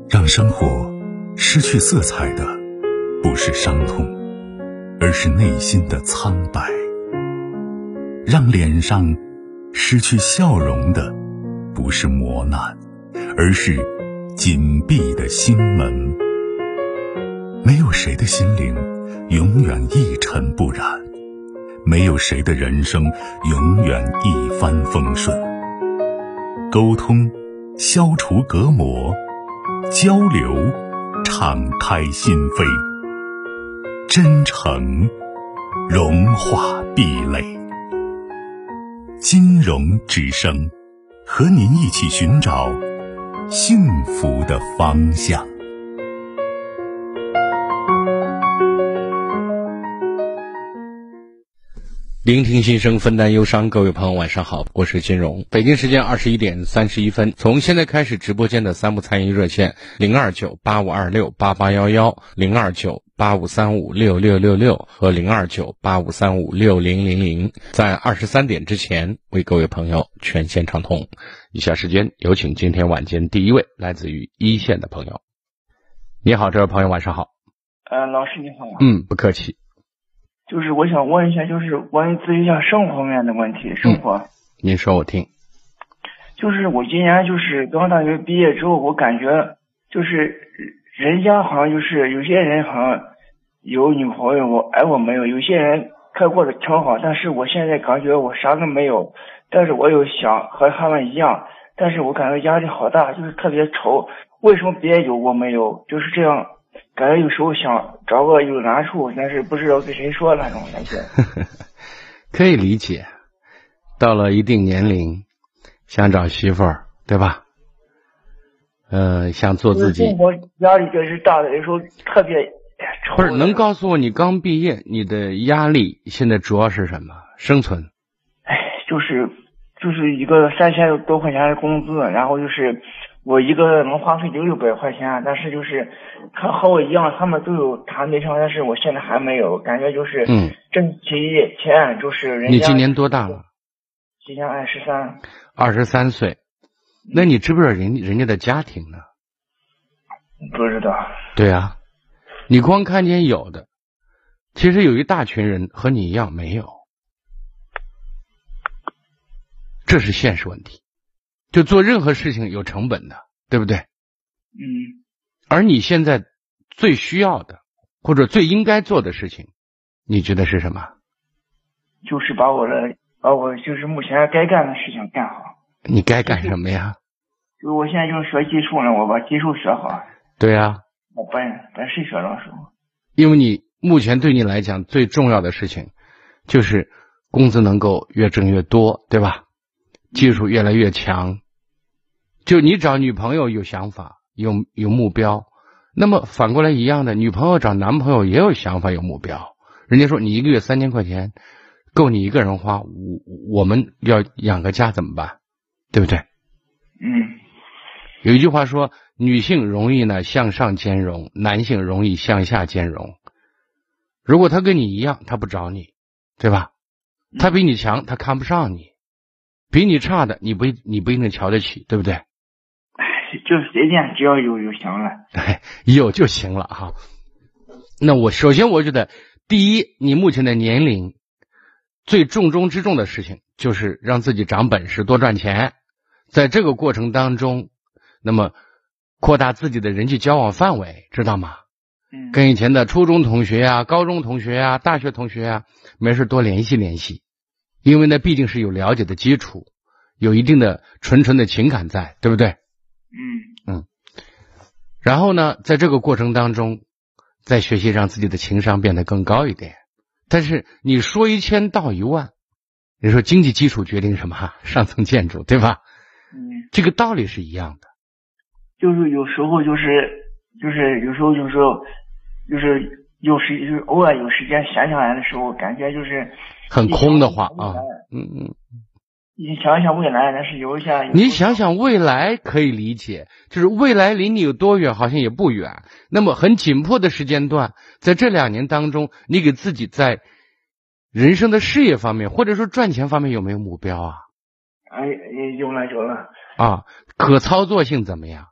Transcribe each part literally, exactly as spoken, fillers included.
让生活失去色彩的不是伤痛，而是内心的苍白。让脸上失去笑容的不是磨难，而是紧闭的心门。没有谁的心灵永远一尘不染，没有谁的人生永远一帆风顺。沟通消除隔膜，交流敞开心扉，真诚融化壁垒。金融之声，和您一起寻找幸福的方向。 聆听心声，分担忧伤。各位朋友晚上好，我是金融。北京时间二十一点三十一分，从现在开始，直播间的三部参与热线零二九八五二六八八一一、零二九八五三五六六六六和零二九八五三五六零零零，在二十三点之前为各位朋友全线畅通。以下时间有请今天晚间第一位来自于一线的朋友。你好，这位朋友晚上好。 呃，老师你好。 嗯，不客气。 就是我想问一下，就是关于咨询一下生活方面的问题。生活、嗯、 您说我听。 就是我今年就是刚大学毕业之后，我感觉就是人家好像就是有些人好像有女朋友，我而我没有。有些人他过得挺好，但是我现在感觉我啥都没有，但是我又想和他们一样，但是我感觉压力好大，就是特别愁。为什么别人有我没有？就是这样。感觉有时候想找个有难处，但是不知道跟谁说那种感觉。 可以理解，到了一定年龄，想找媳妇儿，对吧？呃，想做自己。 生活压力真是大的，有时候特别愁。 不是，能告诉我你刚毕业，你的压力现在主要是什么？生存。 哎，就是就是一个三千多块钱的工资，然后就是。我一个能花费就六百块钱，但是就是他和我一样，他们都有谈对象，但是我现在还没有，感觉就是嗯， 挣起钱就是人家。 你今年多大了？ 今年二十三。 二十三岁，那你知不知道人人家的家庭呢？ 不知道。 对啊，你光看见有的，其实有一大群人和你一样没有，这是现实问题。就做任何事情有成本的，对不对？ 嗯。 而你现在最需要的或者最应该做的事情，你觉得是什么？ 就是把我的把我就是目前该干的事情干好。 你该干什么呀？ 就我现在就是学技术呢，我把技术学好。 对啊。 我本本是学老师。 因为你目前对你来讲最重要的事情，就是工资能够越挣越多，对吧？技术越来越强。就你找女朋友有想法有有目标，那么反过来一样的，女朋友找男朋友也有想法有目标。人家说你一个月三千块钱够你一个人花，我我们要养个家怎么办？对不对？ 嗯。 有一句话说，女性容易呢向上兼容，男性容易向下兼容。如果他跟你一样，他不找你，对吧？他比你强，他看不上你。比你差的，你不你不一定瞧得起，对不对？ 就随便，只要有就行了。 哎，有就行了哈。那我首先我觉得，第一，你目前的年龄最重中之重的事情就是让自己长本事，多赚钱。在这个过程当中，那么扩大自己的人际交往范围，知道吗？ 嗯。 跟以前的初中同学啊、高中同学啊、大学同学啊，没事多联系联系。因为呢，毕竟是有了解的基础，有一定的纯纯的情感在，对不对？ 嗯嗯。然后呢，在这个过程当中，在学习让自己的情商变得更高一点。但是你说一千道一万，你说经济基础决定什么？上层建筑，对吧？ 嗯。 这个道理是一样的。 就是有时候就是就是有时候有时候就是有时就是偶尔有时间闲下来的时候，感觉就是。 很空的话啊，嗯嗯， 你想想未来，但是有一下， 你想想未来可以理解，就是未来离你有多远，好像也不远。那么很紧迫的时间段，在这两年当中，你给自己在人生的事业方面，或者说赚钱方面有没有目标啊？ 哎，有了有了啊，可操作性怎么样？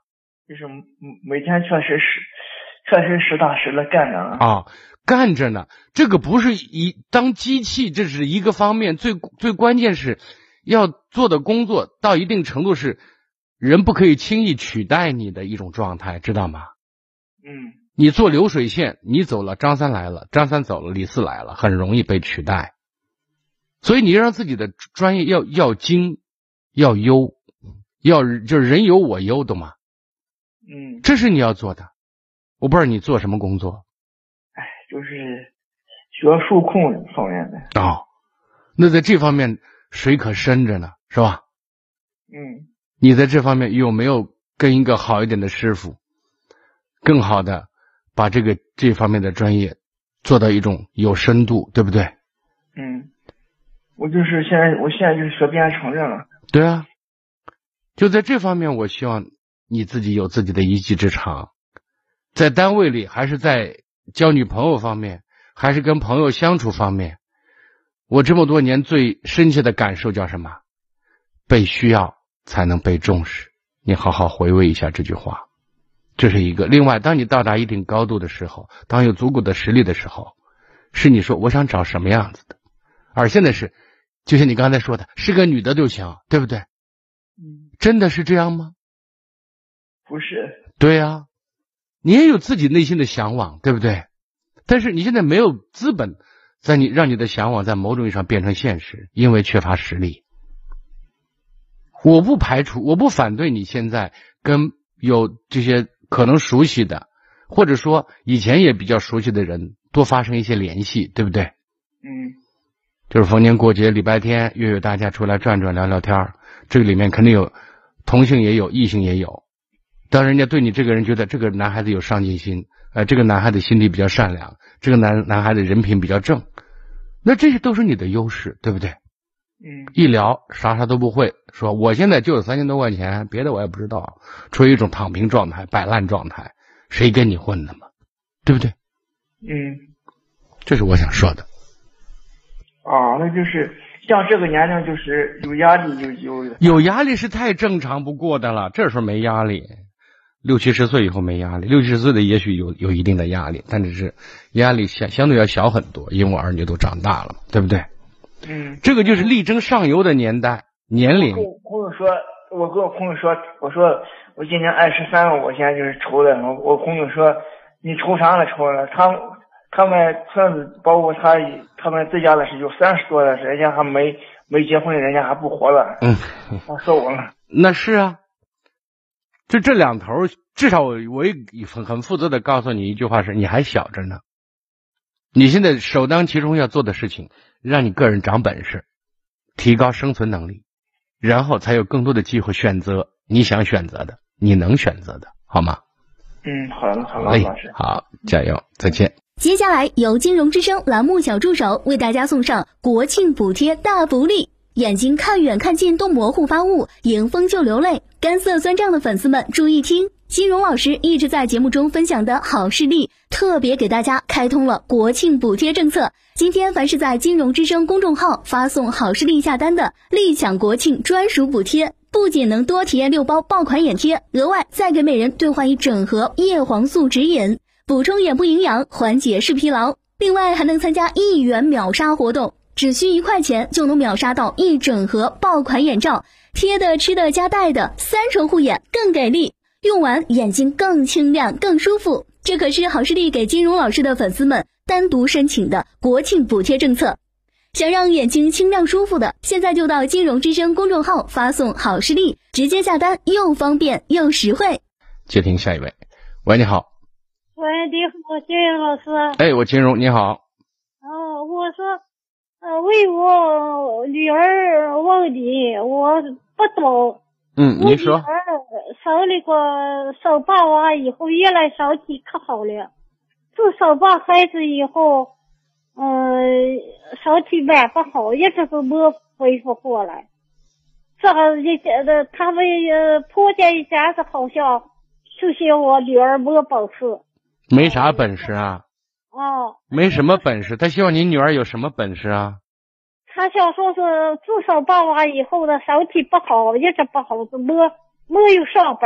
就是每天确实是确实实打实的干着了啊，干着呢。这个不是一当机器，这是一个方面，最最关键是要做的工作到一定程度是人不可以轻易取代你的一种状态，知道吗？ 嗯， 你做流水线，你走了，张三来了，张三走了，李四来了，很容易被取代。所以你让自己的专业要要精，要优，要就是人有我优，懂吗？ 嗯， 这是你要做的。我不知道你做什么工作。 哎，就是学数控方面的。 哦，那在这方面水可深着呢，是吧？ 嗯， 你在这方面有没有跟一个好一点的师傅，更好的把这个这方面的专业做到一种有深度，对不对？ 嗯，我就是现在，我现在就是学编程着了。 对啊，就在这方面，我希望你自己有自己的一技之长，在单位里，还是在交女朋友方面，还是跟朋友相处方面，我这么多年最深切的感受叫什么？被需要才能被重视。你好好回味一下这句话，这是一个。另外，当你到达一定高度的时候，当有足够的实力的时候，是你说我想找什么样子的，而现在是就像你刚才说的，是个女的就行，对不对？ 嗯， 真的是这样吗？ 不是。 对啊，你也有自己内心的向往，对不对？但是你现在没有资本在你让你的向往在某种意义上变成现实，因为缺乏实力。我不排除，我不反对你现在跟有这些可能熟悉的，或者说以前也比较熟悉的人多发生一些联系，对不对？ 嗯， 就是逢年过节礼拜天约约大家出来转转聊聊天，这个里面肯定有同性也有，异性也有。当人家对你这个人觉得这个男孩子有上进心，呃，这个男孩子心地比较善良，这个男男孩子人品比较正，那这些都是你的优势，对不对？ 嗯， 一聊啥啥都不会，说我现在就有三千多块钱，别的我也不知道，处于一种躺平状态、摆烂状态，谁跟你混的嘛？对不对？ 嗯， 这是我想说的。 哦，那就是像这个年龄，就是有压力，有有有压力是太正常不过的了，这时候没压力。六七十岁以后没压力，六七十岁的也许有有一定的压力，但只是压力相相对要小很多，因为我儿女都长大了，对不对？ 嗯， 这个就是力争上游的年代年龄。 我朋友说，我跟我朋友说，我说我今年二十三了，我现在就是愁的。我我朋友说你愁啥了？愁了？他他们村子包括他他们自家的是有三十多的，人家还没没结婚，人家还不活了。 嗯， 他说我了。 那是啊，就这两头，至少我我也很很负责的告诉你一句话是，你还小着呢。你现在首当其冲要做的事情，让你个人长本事，提高生存能力，然后才有更多的机会选择你想选择的，你能选择的，好吗？ 嗯，好了好了， 哎老师， 好，加油，再见。 接下来由金融之声栏目小助手为大家送上国庆补贴大福利，眼睛看远看近都模糊发雾，迎风就流泪，干涩酸胀的粉丝们注意听，金融老师一直在节目中分享的好事例，特别给大家开通了国庆补贴政策。今天凡是在金融之声公众号发送好事例下单的，立享国庆专属补贴，不仅能多体验六包爆款眼贴，额外再给每人兑换一整盒叶黄素指引，补充眼部营养，缓解视疲劳。另外还能参加一元秒杀活动，只需一块钱就能秒杀到一整盒爆款眼罩，贴的、吃的加戴的，三重护眼更给力，用完眼睛更清亮更舒服。这可是好视力给金融老师的粉丝们单独申请的国庆补贴政策。想让眼睛清亮舒服的，现在就到金融之声公众号发送好视力，直接下单，又方便又实惠。 接听下一位。喂，你好。 喂，你好，金融老师。 哎，我金融，你好。 哦，我说，呃，为我女儿问你，我不懂。 嗯，你说。 我女儿生了个手把娃以后，原来身体可好了，自手把孩子以后，呃，身体蛮不好，一直都没恢复过来。这个一家的，他们呃婆家一家子好像就嫌我女儿没本事。 没啥本事啊。 哦。 没什么本事，他希望你女儿有什么本事啊？ 他想说是自手把娃以后的身体不好，一直不好，是没没有上班吧，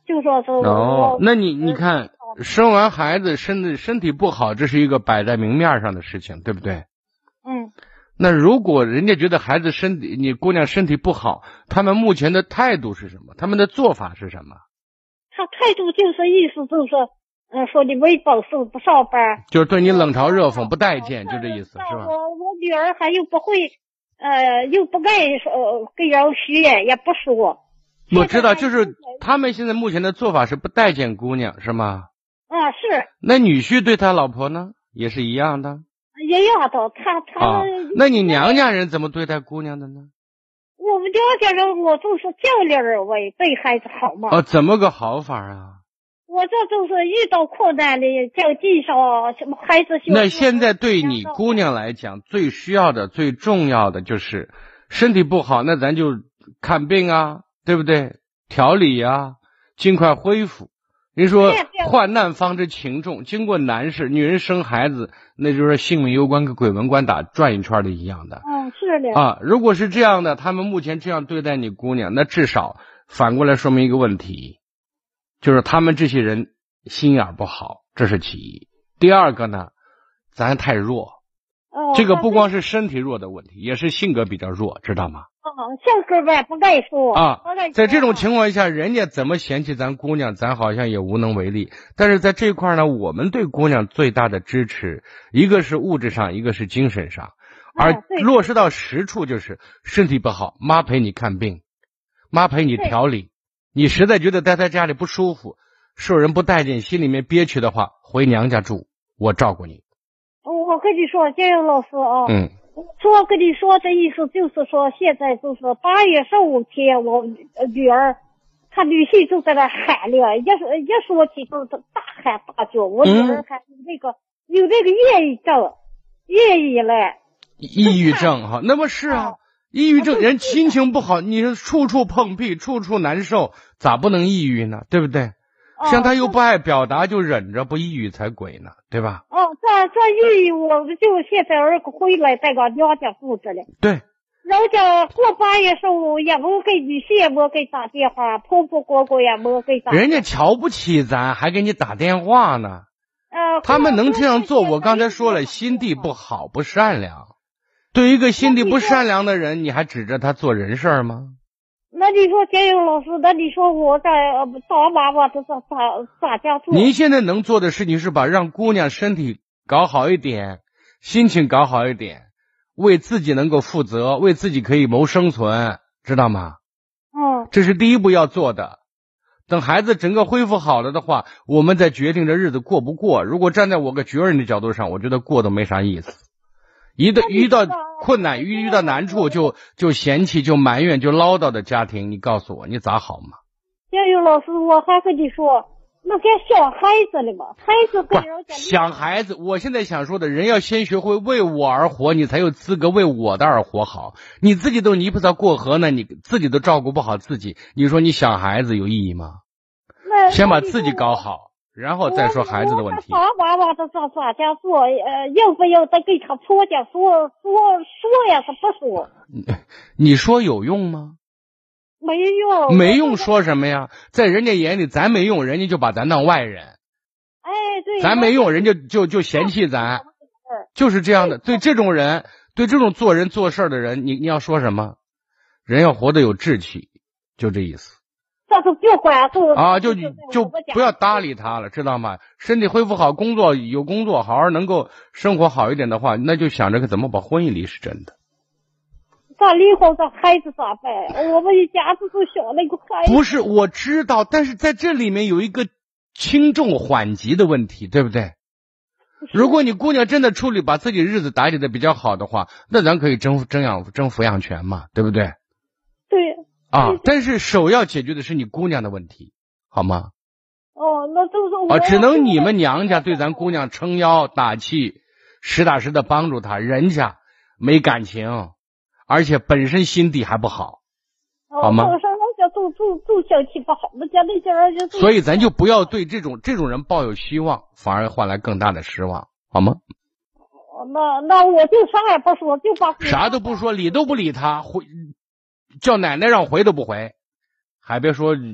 就说是哦，那你你看，生完孩子身体身体不好，这是一个摆在明面上的事情，对不对？ 嗯。 那如果人家觉得孩子身体，你姑娘身体不好，他们目前的态度是什么？他们的做法是什么？ 他态度就是意思就是，嗯，说你没本事不上班， 就是对你冷嘲热讽，不待见，就这意思，是吧？ 我我女儿还又不会，呃，又不爱说跟人学，也不说。 我知道，就是他们现在目前的做法是不待见姑娘，是吗？ 啊，是。 那女婿对他老婆呢，也是一样的。 一样的，他他、 啊。那你娘家人怎么对待姑娘的呢？ 我们娘家人，我就是教练儿为对孩子好嘛。 哦，怎么个好法啊？ 我这就是遇到困难的，叫介绍什么孩子。 那现在对你姑娘来讲，最需要的、最重要的就是身体不好，那咱就看病啊，对不对？调理啊，尽快恢复。人说患难方知情重，经过难事，女人生孩子，那就是性命攸关，跟鬼门关打转一圈的一样的。 嗯，是的。 啊，如果是这样的，他们目前这样对待你姑娘，那至少反过来说明一个问题，就是他们这些人心眼不好，这是其一。第二个呢，咱太弱。 哦。 这个不光是身体弱的问题，也是性格比较弱，知道吗？ 性格呗，不爱说啊，在这种情况下，人家怎么嫌弃咱姑娘，咱好像也无能为力。但是在这块呢，我们对姑娘最大的支持，一个是物质上，一个是精神上，而落实到实处就是身体不好，妈陪你看病，妈陪你调理。你实在觉得待在家里不舒服，受人不待见，心里面憋屈的话，回娘家住，我照顾你。 我跟你说，建勇老师啊， 嗯。 说跟你说这意思就是说，现在就是八月十五天，我女儿她女婿就在那喊了，一说一说起都大喊大叫。我女儿还有那个、嗯、有那个抑郁症，抑郁了。 抑郁症哈，那么是啊，抑郁症人心情不好，你说处处碰壁，处处难受，咋不能抑郁呢？对不对？像他又不爱表达，就忍着不抑郁才鬼呢，对吧？ 哦，这这抑郁，我就现在儿子回来在俺娘家住着了。 对。 人家过八月十五也没给女婿也没给打电话，婆婆哥哥也没给打电话。 人家瞧不起咱，还给你打电话呢。 呃， 他们能这样做，我刚才说了，心地不好，不善良。对于一个心地不善良的人，你还指着他做人事吗？ 那你说建勇老师，那你说我在当妈妈这咋咋咋家做？ 您现在能做的事情是把让姑娘身体搞好一点，心情搞好一点，为自己能够负责，为自己可以谋生存，知道吗？ 嗯， 这是第一步要做的。等孩子整个恢复好了的话，我们再决定这日子过不过。如果站在我个绝人的角度上，我觉得过都没啥意思。一到遇到困难，遇遇到难处就就嫌弃，就埋怨，就唠叨的家庭，你告诉我，你咋好嘛？ 建勇老师，我还跟你说，那该想孩子了嘛，孩子跟人家想孩子，我现在想说的人要先学会为我而活，你才有资格为我的而活好。你自己都泥菩萨过河呢，你自己都照顾不好自己，你说你想孩子有意义吗？先把自己搞好，然后再说孩子的问题。 爸爸爸的上啥家做？呃，要不要再给他婆家说说说呀？他不说。 你说有用吗？ 没用。 没用说什么呀？在人家眼里，咱没用，人家就把咱当外人。 哎，对。 咱没用，人家就就嫌弃咱，就是这样的。对这种人，对这种做人做事的人，你你要说什么？人要活得有志气，就这意思。 这是就管住啊，就就不要搭理他了，知道吗？身体恢复好，工作有工作，好好能够生活好一点的话，那就想着怎么把婚姻离是真的。 咋离婚，这孩子咋办？我们一家子都想那个孩子。 不是，我知道，但是在这里面有一个轻重缓急的问题，对不对？如果你姑娘真的处理把自己日子打理的比较好的话，那咱可以争争养争抚养权嘛，对不对？ 对。 啊，但是首要解决的是你姑娘的问题，好吗？ 哦，那就是我啊，只能你们娘家对咱姑娘撑腰打气，实打实的帮助她。人家没感情，而且本身心地还不好，好吗？ 本身人家都都都心情不好，人家那些人就。 所以咱就不要对这种这种人抱有希望，反而换来更大的失望，好吗？ 那那我就啥也不说，就把啥都不说，理都不理他，回叫奶奶让回都不回，还别说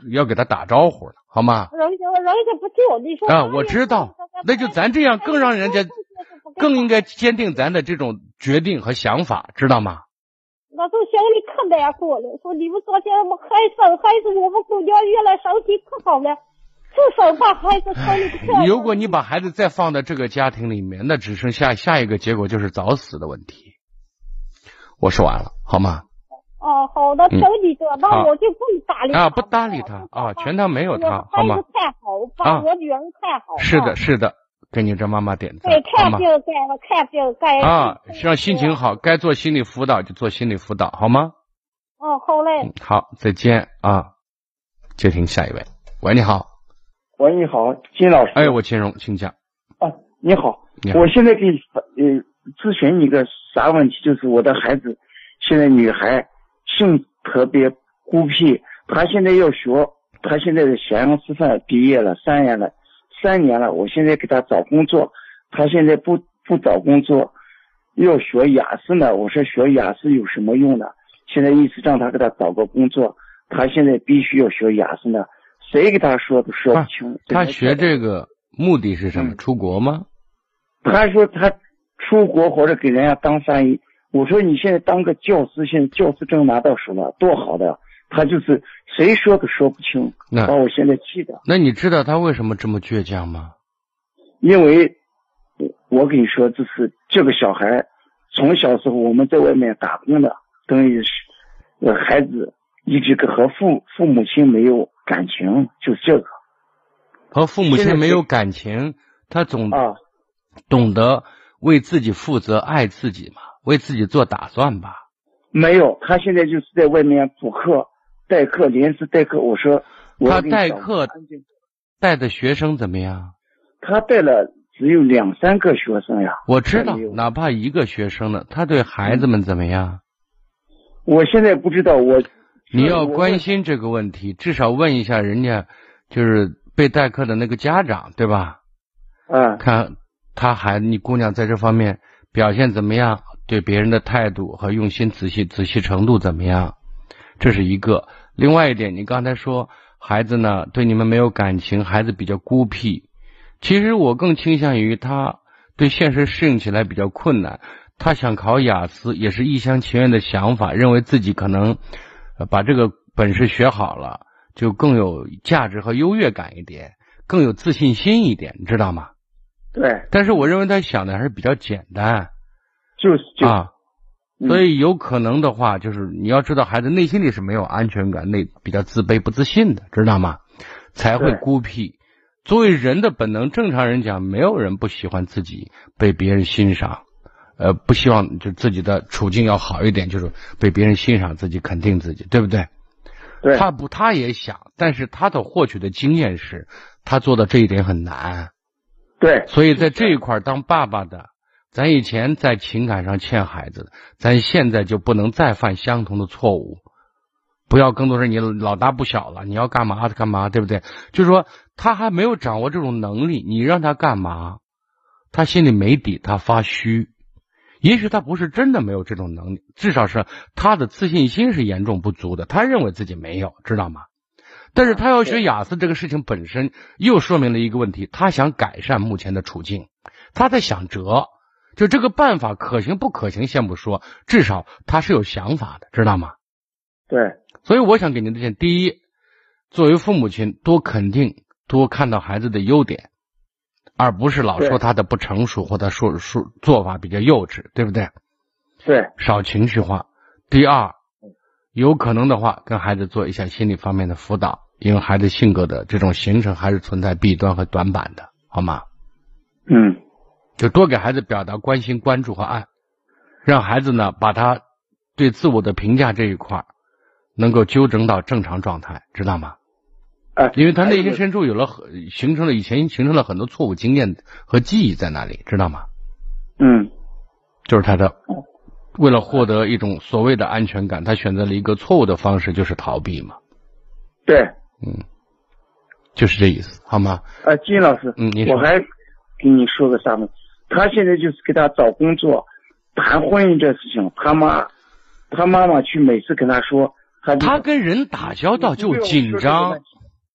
要给他打招呼了，好吗？ 人家人家不叫你说啊，我知道，那就咱这样更让人家更应该坚定咱的这种决定和想法，知道吗？ 那时候心里可难过了，说你们昨天我们还生孩子，我们姑娘原来身体可好了，至少把孩子生的快。 如果你把孩子再放到这个家庭里面，那只剩下下一个结果就是早死的问题。我说完了，好吗？ 哦，好的，听你的，那我就不搭理他啊，不搭理他啊，全当没有他，好吗？ 孩子看好，把我女儿看好。 是的，是的，给你这妈妈点赞， 对，看病该看病该啊，让心情好，该做心理辅导就做心理辅导，好吗？ 哦，好嘞。 好，再见啊！接听下一位，喂，你好。 喂，你好，金老师。 哎，我金荣，请讲。 啊，你好， 你好， 我现在给你呃咨询一个啥问题，就是我的孩子现在女孩性特别孤僻，她现在要学，她现在是咸阳师范毕业了三年了，三年了，我现在给她找工作，她现在不不找工作，要学雅思呢，我说学雅思有什么用呢？现在意思让她给她找个工作，她现在必须要学雅思呢，谁给她说都说不清。 她学这个目的是什么？ 嗯、 出国吗？ 她说她出国或者给人家当翻译。我说你现在当个教师，现在教师证拿到手了，多好的！他就是谁说都说不清，把我现在气的。 那你知道他为什么这么倔强吗？ 因为我跟你说，就是这个小孩从小时候我们在外面打工的，等于是呃孩子一直和父父母亲没有感情，就是这个和父母亲没有感情，他总啊懂得为自己负责，爱自己嘛。为自己做打算吧。 没有，他现在就是在外面补课、代课、连时代课。我说我他代课带的学生怎么样？ 他带了只有两三个学生呀。 我知道，哪怕一个学生呢，他对孩子们怎么样？ 我现在不知道。我你要关心这个问题，至少问一下人家，就是被代课的那个家长，对吧？ 嗯， 看他孩子，你姑娘在这方面表现怎么样？对别人的态度和用心仔细仔细程度怎么样？这是一个。另外一点，你刚才说孩子呢对你们没有感情，孩子比较孤僻。其实我更倾向于他对现实适应起来比较困难。他想考雅思也是一厢情愿的想法，认为自己可能把这个本事学好了，就更有价值和优越感一点，更有自信心一点，你知道吗？ 对。 但是我认为他想的还是比较简单。 就是就啊，所以有可能的话，就是你要知道，孩子内心里是没有安全感，内比较自卑、不自信的，知道吗？才会孤僻。作为人的本能，正常人讲，没有人不喜欢自己被别人欣赏，呃，不希望就自己的处境要好一点，就是被别人欣赏自己、肯定自己，对不对？ 对。 他不，他也想，但是他的获取的经验是，他做到这一点很难。 对。 所以在这一块，当爸爸的。咱以前在情感上欠孩子，咱现在就不能再犯相同的错误，不要更多是你老大不小了，你要干嘛干嘛，对不对？就是说他还没有掌握这种能力，你让他干嘛，他心里没底，他发虚。也许他不是真的没有这种能力，至少是他的自信心是严重不足的，他认为自己没有，知道吗？但是他要学雅思这个事情本身又说明了一个问题，他想改善目前的处境，他在想辙。就这个办法可行不可行先不说，至少他是有想法的，知道吗？ 对。 所以我想给您的建议，第一，作为父母亲多肯定，多看到孩子的优点，而不是老说他的不成熟或者说说做法比较幼稚，对不对？ 对。 少情绪化。第二，有可能的话跟孩子做一下心理方面的辅导，因为孩子性格的这种形成还是存在弊端和短板的，好吗？ 嗯。 就多给孩子表达关心、关注和爱，让孩子呢把他对自我的评价这一块能够纠正到正常状态，知道吗？ 啊， 因为他内心深处有了很形成了以前形成了很多错误经验和记忆在那里，知道吗？ 嗯， 就是他的为了获得一种所谓的安全感，他选择了一个错误的方式，就是逃避嘛。 对， 嗯，就是这意思，好吗？ 啊，金老师， 嗯，你说。 我还跟你说个啥呢？他现在就是给他找工作、谈婚姻这事情，他妈他妈妈去每次跟他说，他他跟人打交道就紧张，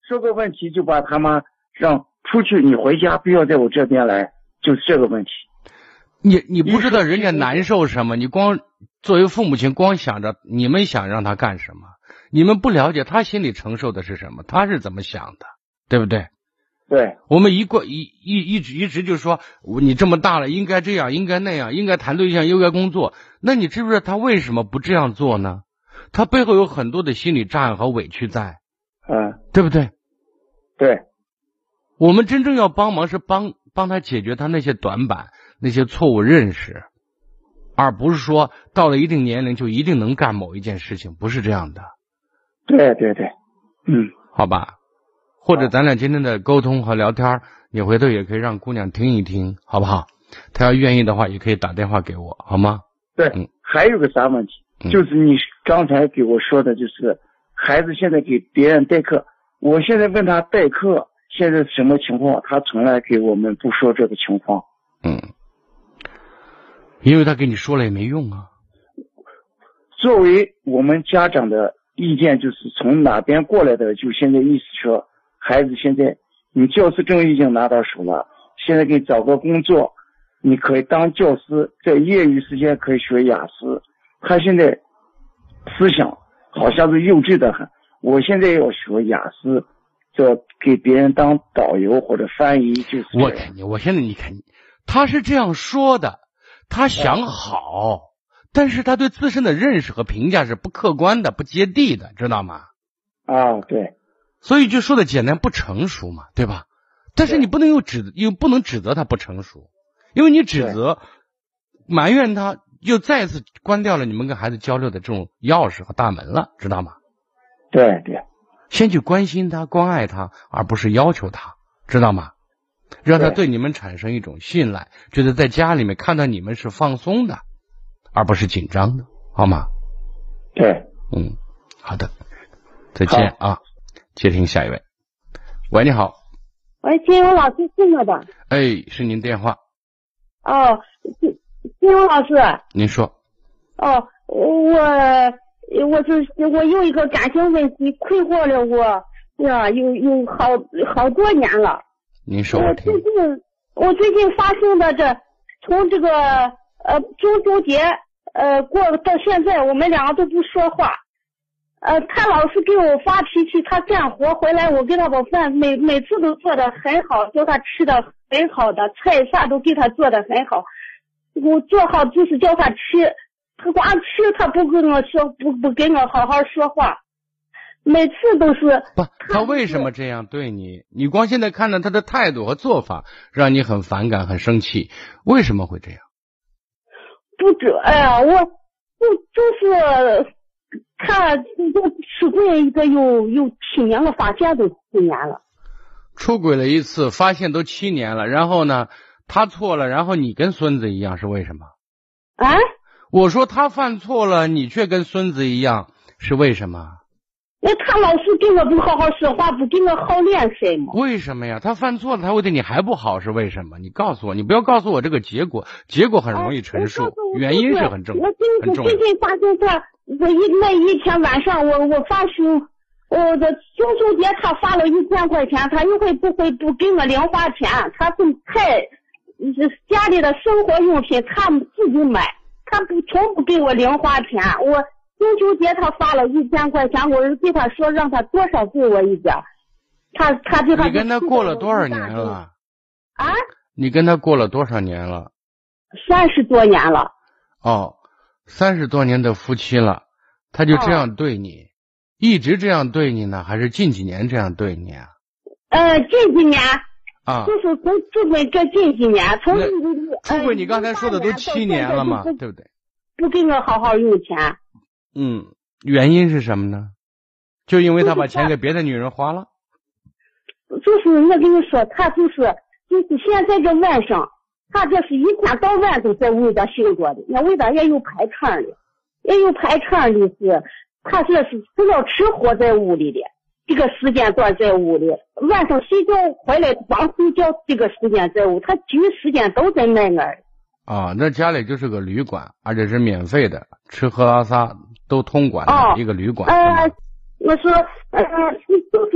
说个问题就把他们让出去，你回家不要在我这边来，就是这个问题。 你你不知道人家难受什么，你光作为父母亲光想着你们想让他干什么，你们不了解他心里承受的是什么，他是怎么想的，对不对？ 对， 我们一过一一一直一直就说你这么大了应该这样应该那样应该谈对象应该工作，那你知不知道他为什么不这样做呢？他背后有很多的心理障碍和委屈在， 嗯， 对不对？ 对， 我们真正要帮忙是帮帮他解决他那些短板那些错误认识，而不是说到了一定年龄就一定能干某一件事情，不是这样的。 对对对，嗯， 好吧。或者咱俩今天的沟通和聊天，你回头也可以让姑娘听一听，好不好？她要愿意的话，也可以打电话给我，好吗？ 对， 嗯， 还有个啥问题， 嗯、 就是你刚才给我说的，就是孩子现在给别人代课，我现在问他代课现在什么情况，他从来给我们不说这个情况。 嗯，因为他跟你说了也没用啊。 作为我们家长的意见，就是从哪边过来的，就现在意思说。孩子现在你教师证已经拿到手了，现在给你找个工作，你可以当教师，在业余时间可以学雅思。他现在思想好像是幼稚的很，我现在要学雅思，这给别人当导游或者翻译，就是我看你，我现在你看你，他是这样说的，他想好，但是他对自身的认识和评价是不客观的、不接地的，知道吗？ 啊，对。 所以就说的简单不成熟嘛，对吧？但是你不能又指又不能指责他不成熟，因为你指责埋怨他，又再次关掉了你们跟孩子交流的这种钥匙和大门了，知道吗？ 对对， 先去关心他、关爱他，而不是要求他，知道吗？让他对你们产生一种信赖，觉得在家里面看到你们是放松的，而不是紧张的，好吗？ 对， 嗯，好的，再见啊。接听下一位。喂，你好。 喂，金荣老师是我的。 哎，是您电话。 哦，金金荣老师。 您说。 哦，我我是我有一个感情问题困惑了我呀，有有好好多年了。 您说我听。 我最近我最近发生的这，从这个呃中秋节呃过到现在，我们两个都不说话。呃，他老是给我发脾气，他干活回来，我给他把饭每每次都做的很好，叫他吃的很好的菜啥都给他做的很好，我做好就是叫他吃，他光吃他不跟我说，不不跟我好好说话，每次都是不，他为什么这样对你？你光现在看到他的态度和做法，让你很反感、很生气，为什么会这样？ 不知，哎呀，我不就是他就出轨一个有有七年了，发现都七年了。 出轨了一次，发现都七年了，然后呢，他错了，然后你跟孙子一样，是为什么？ 啊？ 我说他犯错了，你却跟孙子一样，是为什么？ 那他老是跟我不好好说话，不跟我好脸色嘛？ 为什么呀？他犯错了，他会对你还不好，是为什么？你告诉我，你不要告诉我这个结果，结果很容易陈述，原因是很正， 我很重要。 最近发现他，我一那一天晚上，我我发书，我的中秋节他发了一千块钱，他一会不会不给我零花钱，他是太家里的生活用品他自己买，他不从不给我零花钱，我。中秋节他发了一千块钱，我是对他说让他多少给我一点，他他对他。 你跟他过了多少年了？ 啊？ 你跟他过了多少年了？ 三十多年了。 哦，三十多年的夫妻了，他就这样对你，哦、一直这样对你呢，还是近几年这样对你啊？ 呃，近几年。 啊。 就是从出轨这近几年，从出轨你刚才说的都七年了嘛，对不对？ 不给我好好用钱。 嗯，原因是什么呢？就因为他把钱给别的女人花了。 就是我跟你说，他就是就是现在这晚上，他这是一天到晚都在屋里边醒着的，那屋里边也有排场的，也有排场的是，他这是只要吃活在屋里的，这个时间段在屋里，晚上睡觉回来光睡觉，这个时间在屋，他其余时间都在那那儿。 啊，那家里就是个旅馆，而且是免费的，吃喝拉撒都通管的、哦、一个旅馆。 呃，我说，呃，就是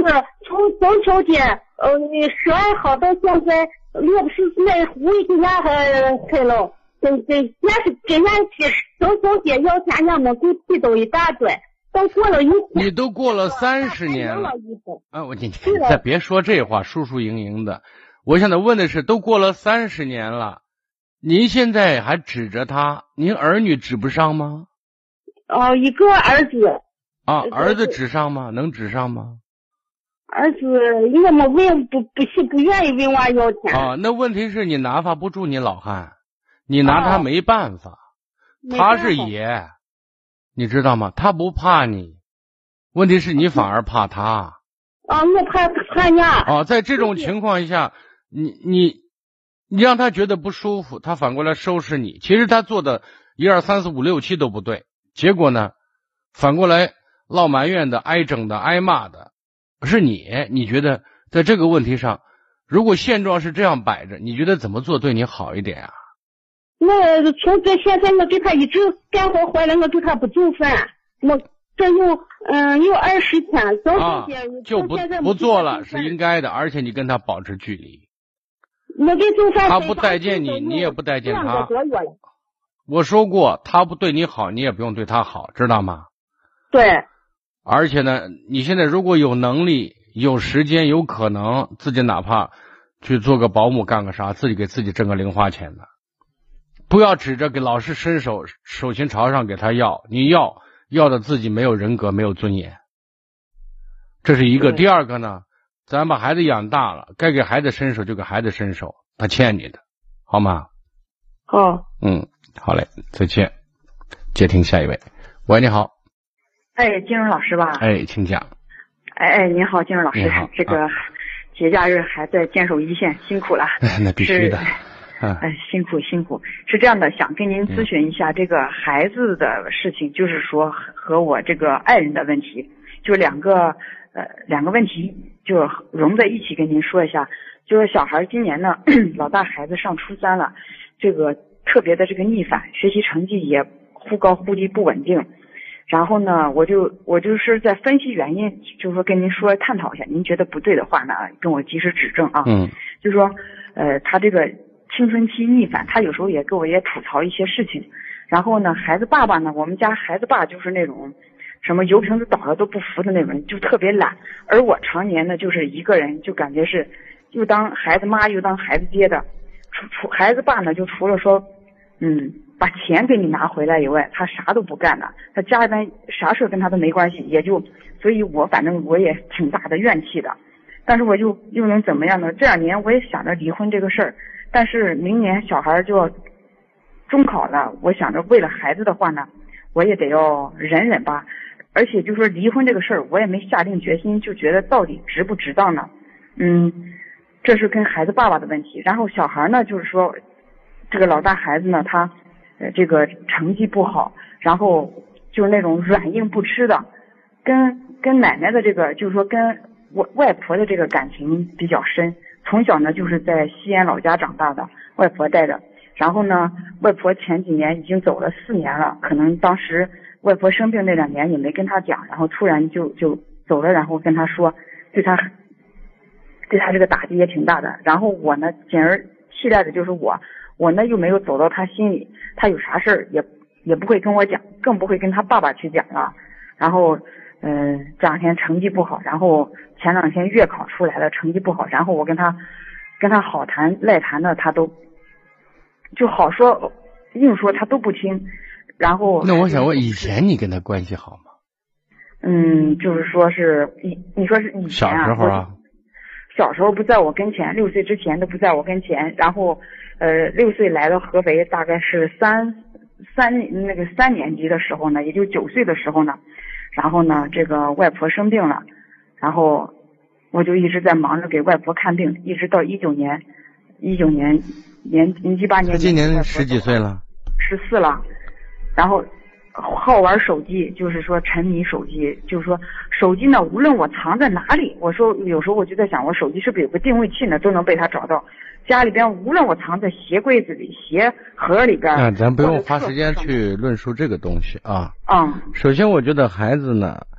从中秋节呃十二号到现在，也不是那五一年还开了，这这也是今年是中秋节要钱，俺们给提都一大堆，都过了一天。 你都过了三十年了。啊，我你你再别说这话，疏疏盈盈的。我现在问的是，都过了三十年了，您现在还指着他，您儿女指不上吗？ 哦，一个儿子。 啊，儿子指上吗？能指上吗？ 儿子要么问不不是不愿意问我要钱。 啊，那问题是你拿发不住你老汉，你拿他没办法。哦、他是爷，你知道吗？他不怕你，问题是你反而怕他。 啊，我怕怕呀。 啊，在这种情况下，你你你让他觉得不舒服，他反过来收拾你。其实他做的一二三四五六七都不对，结果呢，反过来闹埋怨的、挨整的、挨骂的是你。你觉得在这个问题上，如果现状是这样摆着，你觉得怎么做对你好一点啊？ 我从这现在我给他一直干活回来，我给他不做饭，我这又嗯又二十天，中秋节、啊、 就不不做了，是应该的，而且你跟他保持距离。 我给做饭， 他不待见你，你也不待见他。我说过，他不对你好，你也不用对他好，知道吗？ 对。 而且呢，你现在如果有能力、有时间、有可能，自己哪怕去做个保姆干个啥，自己给自己挣个零花钱的，不要指着给老是伸手手心朝上给他要，你要要的自己没有人格、没有尊严，这是一个。第二个呢，咱把孩子养大了，该给孩子伸手就给孩子伸手，他欠你的，好吗？ 好。 嗯，好嘞，再见。接听下一位。喂，你好。 哎，金荣老师吧？ 哎，请讲。 哎哎，您好，金荣老师。 你好。 这个节假日还在坚守一线，辛苦了。 那必须的。 嗯、哎，辛苦辛苦。是这样的，想跟您咨询一下这个孩子的事情，嗯、就是说和我这个爱人的问题，就两个呃两个问题就融在一起跟您说一下。就是小孩今年呢，老大孩子上初三了，这个特别的这个逆反，学习成绩也忽高忽低不稳定。然后呢，我就我就是在分析原因，就是说跟您说探讨一下，您觉得不对的话呢，跟我及时指正啊。 嗯。 就是说，呃，他这个青春期逆反，他有时候也跟我也吐槽一些事情。然后呢，孩子爸爸呢，我们家孩子爸就是那种什么油瓶子倒了都不扶的那种，就特别懒。而我常年呢就是一个人，就感觉是又当孩子妈又当孩子爹的。除除孩子爸呢，就除了说，嗯。把钱给你拿回来以外，他啥都不干的，他家里边啥事跟他都没关系，也就，所以我反正我也挺大的怨气的，但是我就又能怎么样呢？这两年我也想着离婚这个事儿，但是明年小孩就要中考了，我想着为了孩子的话呢，我也得要忍忍吧，而且就说离婚这个事儿，我也没下定决心，就觉得到底值不值当呢？嗯，这是跟孩子爸爸的问题，然后小孩呢，就是说这个老大孩子呢，他。呃，这个成绩不好，然后就是那种软硬不吃的，跟跟奶奶的这个，就是说跟外外婆的这个感情比较深。从小呢就是在西安老家长大的，外婆带着。然后呢，外婆前几年已经走了四年了，可能当时外婆生病那两年也没跟他讲，然后突然就就走了，然后跟他说，对他对他这个打击也挺大的。然后我呢，简而期待的就是我。我呢又没有走到他心里，他有啥事儿也也不会跟我讲，更不会跟他爸爸去讲了。然后，嗯、呃，这两天成绩不好，然后前两天月考出来了，成绩不好，然后我跟他跟他好谈赖谈的，他都就好说硬说他都不听。然后那我想问，以前你跟他关系好吗？ 嗯，就是说是以你说是以前啊， 小时候啊， 小时候不在我跟前，六岁之前都不在我跟前，然后。呃，六岁来到合肥，大概是三三那个三年级的时候呢，也就九岁的时候呢，然后呢，这个外婆生病了，然后我就一直在忙着给外婆看病，一直到一九年，一九年年零七八年， 他今年十几岁了， 十四了，然后好玩手机，就是说沉迷手机，就是说手机呢，无论我藏在哪里，我说有时候我就在想，我手机是不是有个定位器呢，都能被他找到。家里边无论我藏在鞋柜子里、鞋盒里边， 啊，咱不用花时间去论述这个东西啊。 嗯。 首先，我觉得孩子呢，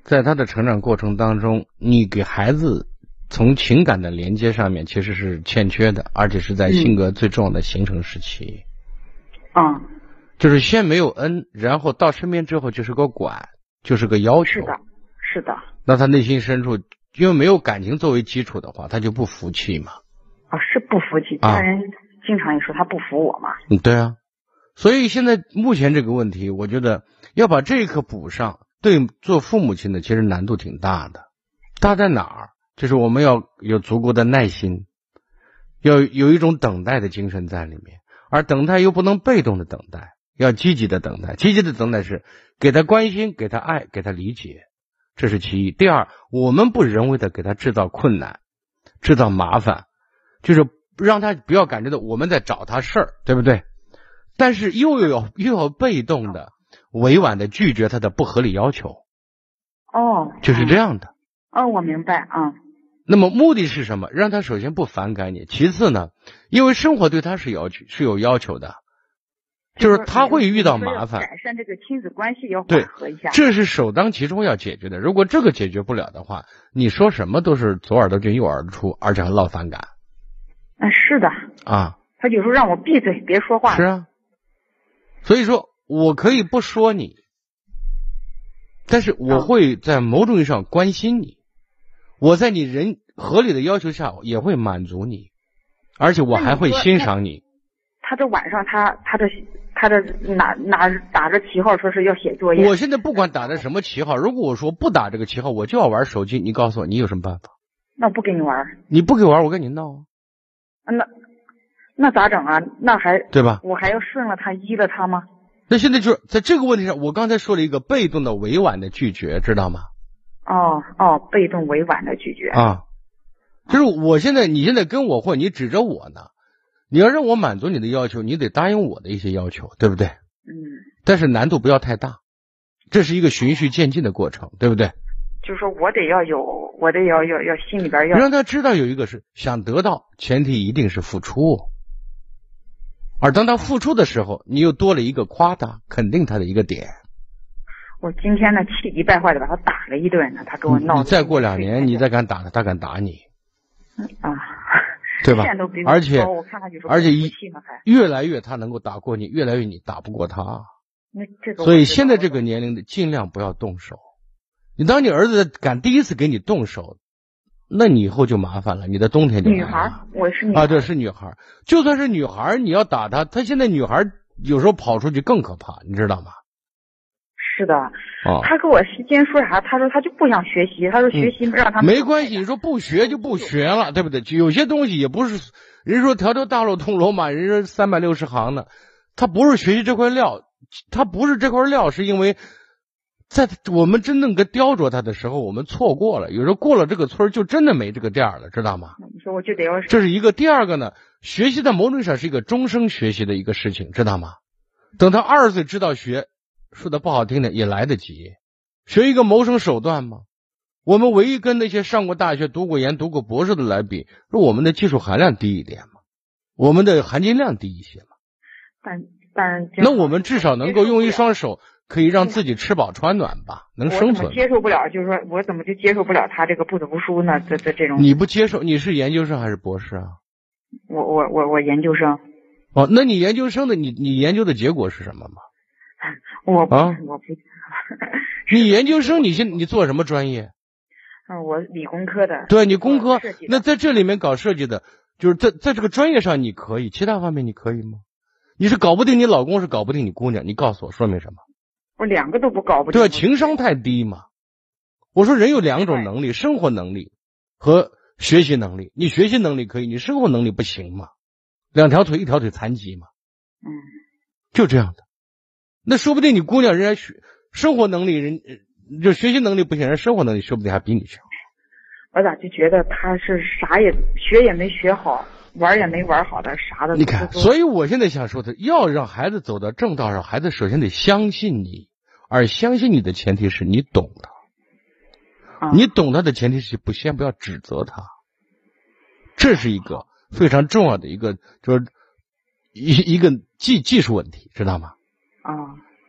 在他的成长过程当中，你给孩子从情感的连接上面其实是欠缺的，而且是在性格最重要的形成时期。 嗯， 就是先没有恩，然后到身边之后就是个管，就是个要求。 是的，是的。 那他内心深处因为没有感情作为基础的话，他就不服气嘛。 啊，是不服气。家人经常也说他不服我嘛。 嗯，对啊。所以现在目前这个问题，我觉得要把这一课补上，对做父母亲的其实难度挺大的。大在哪儿？就是我们要有足够的耐心，要有一种等待的精神在里面，而等待又不能被动的等待，要积极的等待。积极的等待是给他关心，给他爱，给他理解，这是其一。第二，我们不人为的给他制造困难，制造麻烦，就是让他不要感觉到我们在找他事儿，对不对？但是又有又有被动的委婉的拒绝他的不合理要求。 哦， 就是这样的。 哦，我明白啊。嗯， 那么目的是什么？让他首先不反感你，其次呢，因为生活对他是要求是有要求的，就是他会遇到麻烦， 改善这个亲子关系要缓和一下， 这是首当其冲要解决的。如果这个解决不了的话，你说什么都是左耳朵进右耳朵出，而且还落反感。 嗯，是的啊， 他有时候让我闭嘴别说话。 是啊，所以说我可以不说你，但是我会在某种意义上关心你，我在你人合理的要求下也会满足你，而且我还会欣赏你。 他这晚上他他这他这哪哪打着旗号说是要写作业。 我现在不管打着什么旗号，如果我说不打这个旗号，我就要玩手机，你告诉我你有什么办法？ 那我不跟你玩。 你不给玩，我跟你闹啊。 那那咋整啊？那还对吧？ 我还要顺了他依了他吗？ 那现在就是在这个问题上，我刚才说了一个被动的委婉的拒绝，知道吗？ 哦哦，被动委婉的拒绝啊，就是我现在你现在跟我混，你指着我呢，你要让我满足你的要求，你得答应我的一些要求，对不对？ 嗯。 但是难度不要太大，这是一个循序渐进的过程，对不对？ 就是说我得要有，我得要要要心里边要让他知道有一个是想得到，前提一定是付出。而当他付出的时候，你又多了一个夸大肯定他的一个点。 我今天呢气急败坏的把他打了一顿呢，他给我闹。 你再过两年，你再敢打他，他敢打你。 啊， 对吧？而且我看他有时候而且一越来越他能够打过你，越来越你打不过他。 那这个所以现在这个年龄的尽量不要动手。你当你儿子敢第一次给你动手，那你以后就麻烦了，你的冬天就麻烦了。 女孩，我是女孩啊，对，是女孩。就算是女孩，你要打她，她现在女孩有时候跑出去更可怕，你知道吗？ 是的， 哦， 他跟我今天说啥？他说他就不想学习，他说学习让他、 嗯、没关系，你说不学就不学了，对不对？有些东西也不是人说条条大路通罗马，人说三百六十行呢，他不是学习这块料，他不是这块料，是因为在我们真正跟雕琢他的时候，我们错过了，有时候过了这个村就真的没这个店了，知道吗？ 你说我就得要， 这是一个。第二个呢，学习在某种意义上是一个终生学习的一个事情，知道吗？等他二十岁知道学，说的不好听点也来得及，学一个谋生手段吗？我们唯一跟那些上过大学、读过研、读过博士的来比，是我们的技术含量低一点嘛，我们的含金量低一些嘛。 但但那我们至少能够用一双手可以让自己吃饱穿暖吧，能生存。 我接受不了，就是说我怎么就接受不了他这个不读书呢？这这这种。 你不接受？你是研究生还是博士啊？ 我我我我研究生。 哦，那你研究生的你你研究的结果是什么吗？ 我不、 啊、 我不。 你研究生你现你做什么专业？ 嗯，我理工科的。 对，你工科，那在这里面搞设计的，就是在在这个专业上你可以，其他方面你可以吗？你是搞不定你老公，是搞不定你姑娘，你告诉我说明什么？ 我两个都不搞不定。 对，情商太低嘛。我说人有两种能力，生活能力和学习能力。你学习能力可以，你生活能力不行嘛？两条腿一条腿残疾嘛。 嗯， 就这样的。那说不定你姑娘人家学生活能力人就学习能力不行，人生活能力说不定还比你强。 我咋就觉得他是啥也学也没学好，玩也没玩好的，啥的。 你看，所以我现在想说的，要让孩子走到正道上，孩子首先得相信你，而相信你的前提是你懂他。 啊、 你懂他的前提是不先不要指责他，这是一个非常重要的一个，就是一一个技技术问题，知道吗？ 啊，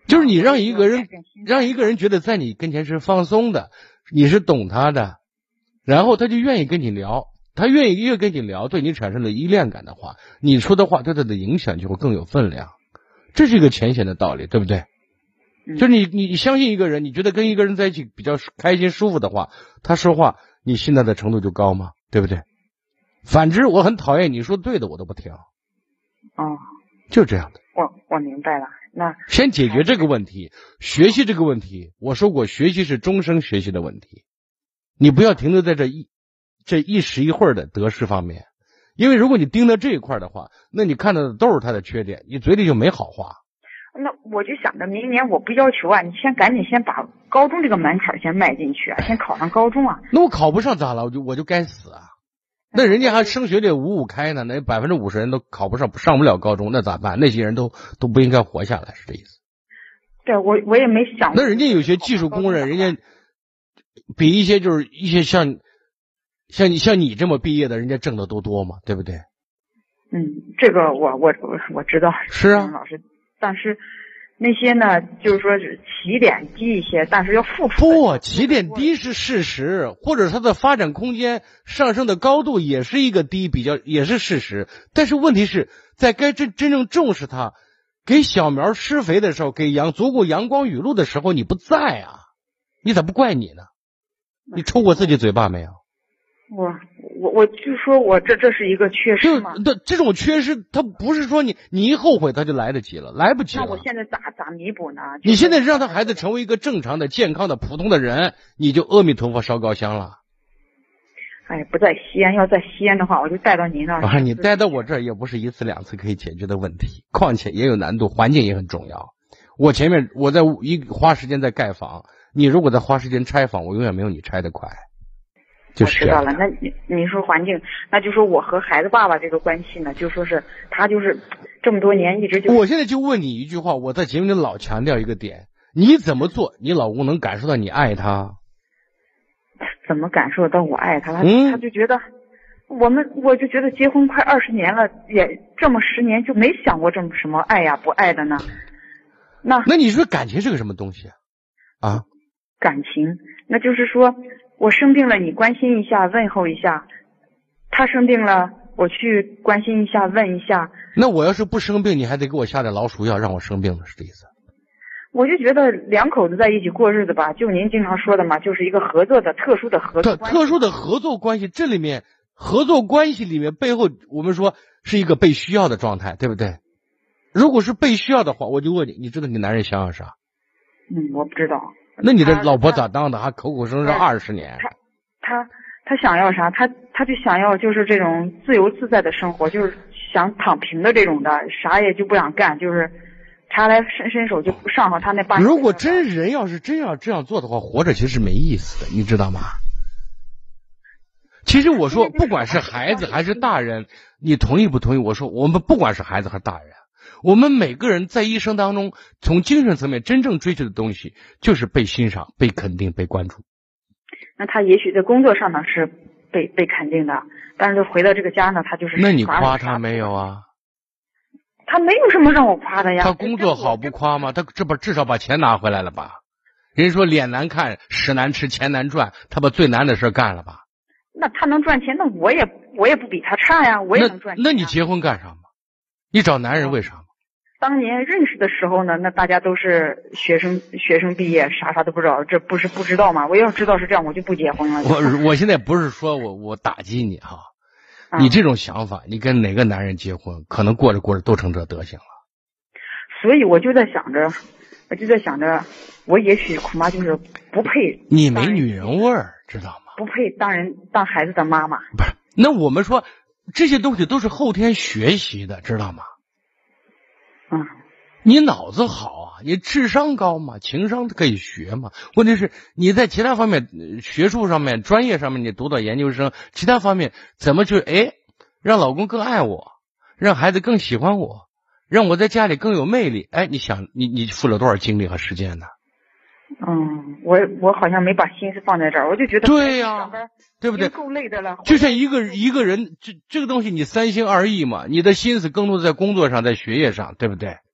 就是你让一个人让一个人觉得在你跟前是放松的，你是懂他的，然后他就愿意跟你聊，他愿意越跟你聊，对你产生了依恋感的话，你说的话对他的影响就会更有分量。这是一个浅显的道理，对不对？就是你你相信一个人，你觉得跟一个人在一起比较开心舒服的话，他说话你信赖的程度就高吗？对不对？反之，我很讨厌你说对的我都不听。 哦， 就这样的。 我我明白了。那先解决这个问题，学习这个问题，我说过，学习是终生学习的问题，你不要停留在这一这一时一会儿的得失方面，因为如果你盯到这一块的话，那你看到的都是他的缺点，你嘴里就没好话。 那我就想着明年我不要求啊，你先赶紧先把高中这个门槛先迈进去啊，先考上高中啊。 那我考不上咋了？我就我就该死啊！那人家还升学率五五开呢，那百分之五十人都考不上，上不了高中，那咋办？那些人都都不应该活下来，是这意思？ 对，我我也没想过。 那人家有些技术工人，人家比一些就是一些像像你像你这么毕业的，人家挣的都多嘛，对不对？ 嗯，这个我我我我知道。 是啊， 老师，但是那些呢，就是说是起点低一些，但是要付出。 不，起点低是事实，或者它的发展空间上升的高度也是一个低，比较也是事实。但是问题是在该真真正重视它，给小苗施肥的时候，给阳足够阳光雨露的时候，你不在啊，你咋不怪你呢？你抽过自己嘴巴没有？ 我我我就说我这这是一个缺失嘛。 这这种缺失，它不是说你你一后悔他就来得及了，来不及了。 那我现在咋咋弥补呢？ 你现在让他孩子成为一个正常的、健康的、普通的人，你就阿弥陀佛烧高香了。 哎，不在西安，要在西安的话，我就带到您那儿。 啊，你带到我这儿也不是一次两次可以解决的问题，况且也有难度，环境也很重要。我前面我在一花时间在盖房，你如果再花时间拆房，我永远没有你拆得快。就是我知道了，那你你说环境，那就说我和孩子爸爸这个关系呢，就说是他就是这么多年一直就。 我现在就问你一句话，我在节目里老强调一个点，你怎么做，你老公能感受到你爱他？ 怎么感受到我爱他？他、 嗯、 他就觉得我们，我就觉得结婚快二十年了，也这么十年就没想过这么什么爱呀不爱的呢。那那你说感情是个什么东西啊？啊？ 感情，那就是说。我生病了，你关心一下，问候一下；他生病了，我去关心一下，问一下。 那我要是不生病，你还得给我下点老鼠药，让我生病了，是这意思？ 我就觉得两口子在一起过日子吧，就您经常说的嘛，就是一个合作的、特殊的合作关系。 特殊的合作关系，这里面合作关系里面背后，我们说是一个被需要的状态，对不对？如果是被需要的话，我就问你，你知道你男人想要啥？ 嗯，我不知道。 那你这老婆咋当的？还口口声声二十年？ 他他他想要啥？他他就想要就是这种自由自在的生活，就是想躺平的这种的，啥也就不想干，就是茶来伸伸手就不上上他那八。 如果真人要是真要这样做的话，活着其实是没意思的，你知道吗？其实我说，不管是孩子还是大人，你同意不同意？我说，我们不管是孩子还是大人。我们每个人在一生当中，从精神层面真正追求的东西，就是被欣赏、被肯定、被关注。 那他也许在工作上呢是被被肯定的，但是回到这个家呢，他就是。 那你夸他没有啊？ 他没有什么让我夸的呀。 他工作好不夸吗？他这不至少把钱拿回来了吧？人家说脸难看，屎难吃，钱难赚，他把最难的事干了吧？ 那他能赚钱，那我也我也不比他差呀，我也能赚钱。 那你结婚干啥嘛？你找男人为啥嘛？ 当年认识的时候呢，那大家都是学生，学生毕业，啥啥都不知道，这不是不知道吗？我要知道是这样，我就不结婚了。 我我现在不是说我我打击你哈、啊，你这种想法，你跟哪个男人结婚，可能过着过着都成这德行了。 所以我就在想着，我就在想着，我也许恐怕就是不配。 你没女人味儿，知道吗？ 不配当人当孩子的妈妈。 不是，那我们说这些东西都是后天学习的，知道吗？ 嗯， 你脑子好啊，你智商高嘛，情商可以学嘛。问题是你在其他方面，学术上面、专业上面，你读到研究生，其他方面怎么去哎让老公更爱我，让孩子更喜欢我，让我在家里更有魅力？哎，你想，你你付了多少精力和时间呢？ 嗯，我我好像没把心思放在这儿，我就觉得对呀、啊，对不对？ 够累的了。 就像一个一个人，这这个东西你三心二意嘛，你的心思更多在工作上，在学业上，对不对？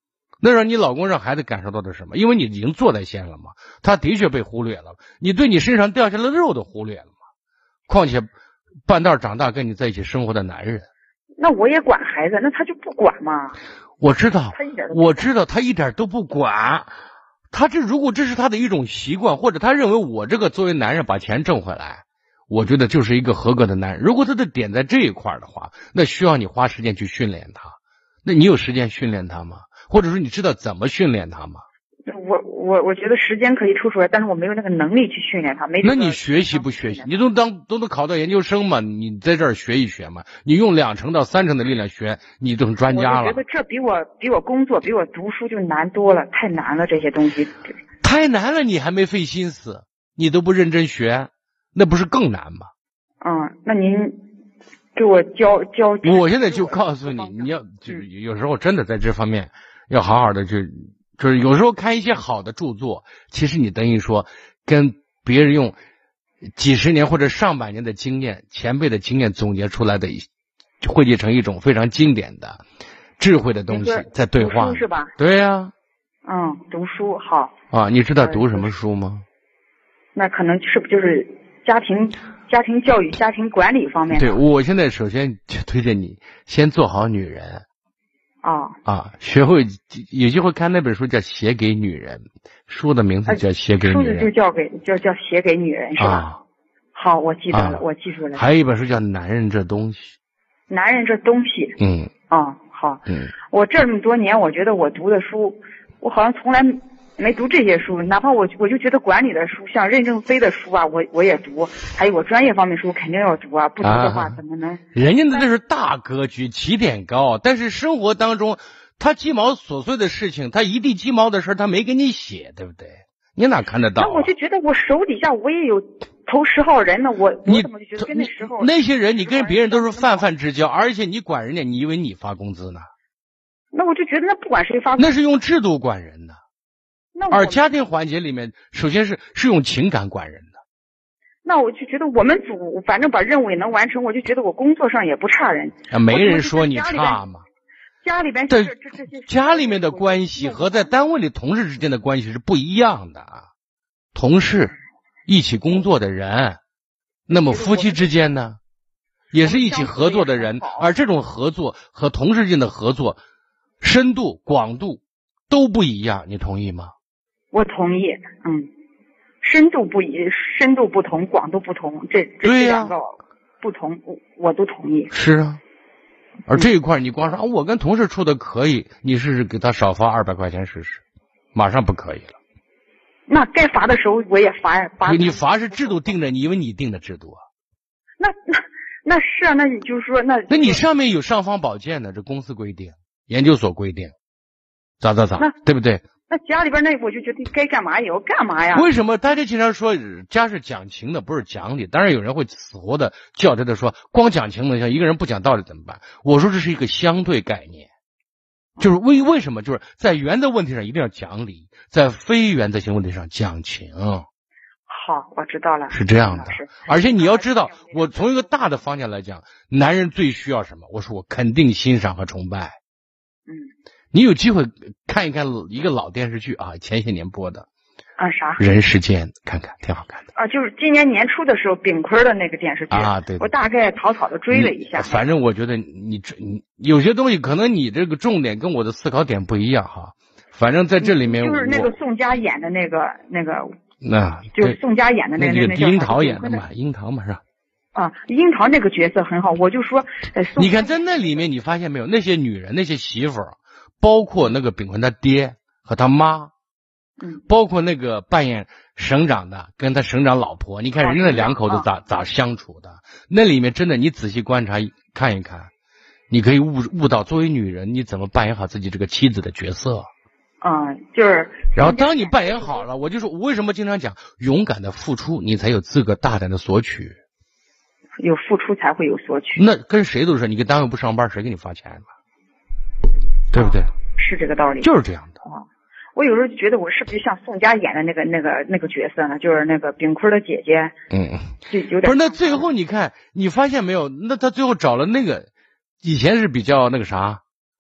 那让你老公让孩子感受到的是什么？因为你已经坐在线了嘛，他的确被忽略了，你对你身上掉下来的肉都忽略了嘛。况且半道长大跟你在一起生活的男人， 那我也管孩子，那他就不管嘛？ 我知道， 他一点都不管我知道他一点都不管。他这如果这是他的一种习惯，或者他认为我这个作为男人把钱挣回来，我觉得就是一个合格的男人。如果他的点在这一块的话，那需要你花时间去训练他。那你有时间训练他吗？或者说你知道怎么训练他吗？ 我我我觉得时间可以抽出来，但是我没有那个能力去训练他。没那你学习不学习？你都当都能考到研究生嘛？你在这儿学一学嘛？你用两成到三成的力量学，你都是专家了。 我觉得这比我比我工作比我读书就难多了，太难了这些东西。 太难了，你还没费心思，你都不认真学，那不是更难吗？ 嗯，那您给我教教。 我现在就告诉你，你要就是有时候真的在这方面要好好的去。就是有时候看一些好的著作，其实你等于说跟别人用几十年或者上百年的经验、前辈的经验总结出来的，汇集成一种非常经典的智慧的东西在对话， 读书是吧？ 对呀、啊。 嗯，读书好啊，你知道读什么书吗？ 那可能是不就是家庭家庭教育、家庭管理方面的？ 对，我现在首先就推荐你先做好女人。 啊啊，学会有机会看那本书叫《写给女人》，书的名字叫《写给女人》， 书字就叫给叫叫写给女人是吧？ 啊、 好，我记得了， 啊、 我记住了。 还有一本书叫《男人这东西》。 男人这东西。 嗯。 啊，好。 嗯。我这么多年，我觉得我读的书，我好像从来没读这些书，哪怕我我就觉得管理的书，像任正非的书啊，我我也读，还有我专业方面书肯定要读啊，不读的话怎么能？啊、 人家那是大格局，起点高，但是生活当中他鸡毛琐碎的事情，他一地鸡毛的事他没给你写，对不对？你哪看得到、啊？ 那我就觉得我手底下我也有头十号人呢，我我怎么就觉得跟那时候那些人你跟别人都是泛泛之交，而且你管人家，你以为你发工资呢？ 那我就觉得那不管谁发， 那是用制度管人的。而家庭环节里面，首先是是用情感管人的。 那我就觉得我们组反正把任务也能完成，我就觉得我工作上也不差人。 啊，没人说你差嘛。 家里边这这这些家里面的关系和在单位里同事之间的关系是不一样的啊。同事一起工作的人，那么夫妻之间呢，也是一起合作的人，而这种合作和同事间的合作，深度、广度都不一样，你同意吗？ 我同意，嗯，深度不一，深度不同，广度不同，这这这两个不同，我我都同意。 是啊，而这一块你光说、啊、我跟同事处的可以，你试试给他少发二百块钱试试，马上不可以了。 那该罚的时候我也罚罚。 你罚是制度定的，你以为你定的制度啊？ 那那那是啊，那你就是说那那你上面有尚方宝剑的，这公司规定，研究所规定，咋咋咋，对不对？ 那家里边那我就觉得该干嘛也要干嘛呀。 为什么大家经常说家是讲情的，不是讲理？当然有人会死活的较真的说，光讲情能行，一个人不讲道理怎么办？我说这是一个相对概念，就是为为什么就是在原则问题上一定要讲理，在非原则性问题上讲情。 好，我知道了， 是这样的。而且你要知道，我从一个大的方向来讲，男人最需要什么？我说我肯定欣赏和崇拜。 嗯。 你有机会看一看一个老电视剧啊，前些年播的啊，啥人世间，看看挺好看的啊，就是今年年初的时候炳坤的那个电视剧啊，对， 我大概草草的追了一下。 反正我觉得你你有些东西可能你这个重点跟我的思考点不一样哈，反正在这里面就是那个宋佳演的那个那个， 那就是宋佳演的那个那樱桃演的嘛，樱桃嘛是吧？ 啊，樱桃那个角色很好，我就说，呃、 你看在那里面你发现没有，那些女人那些媳妇儿。包括那个炳坤他爹和他妈， 嗯， 包括那个扮演省长的跟他省长老婆，你看人家那两口子咋、啊、咋相处的？那里面真的你仔细观察看一看，你可以悟悟到作为女人你怎么扮演好自己这个妻子的角色。 嗯，就是。 然后当你扮演好了，我就说我为什么经常讲勇敢的付出，你才有资格大胆的索取。 有付出才会有索取。 那跟谁都是，你跟单位不上班，谁给你发钱嘛？对不对、啊？ 是这个道理， 就是这样的。 啊，我有时候就觉得我是不是像宋佳演的那个那个那个角色呢？就是那个炳坤的姐姐。 嗯， 就有点。 不是，那最后你看，你发现没有？那他最后找了那个，以前是比较那个啥，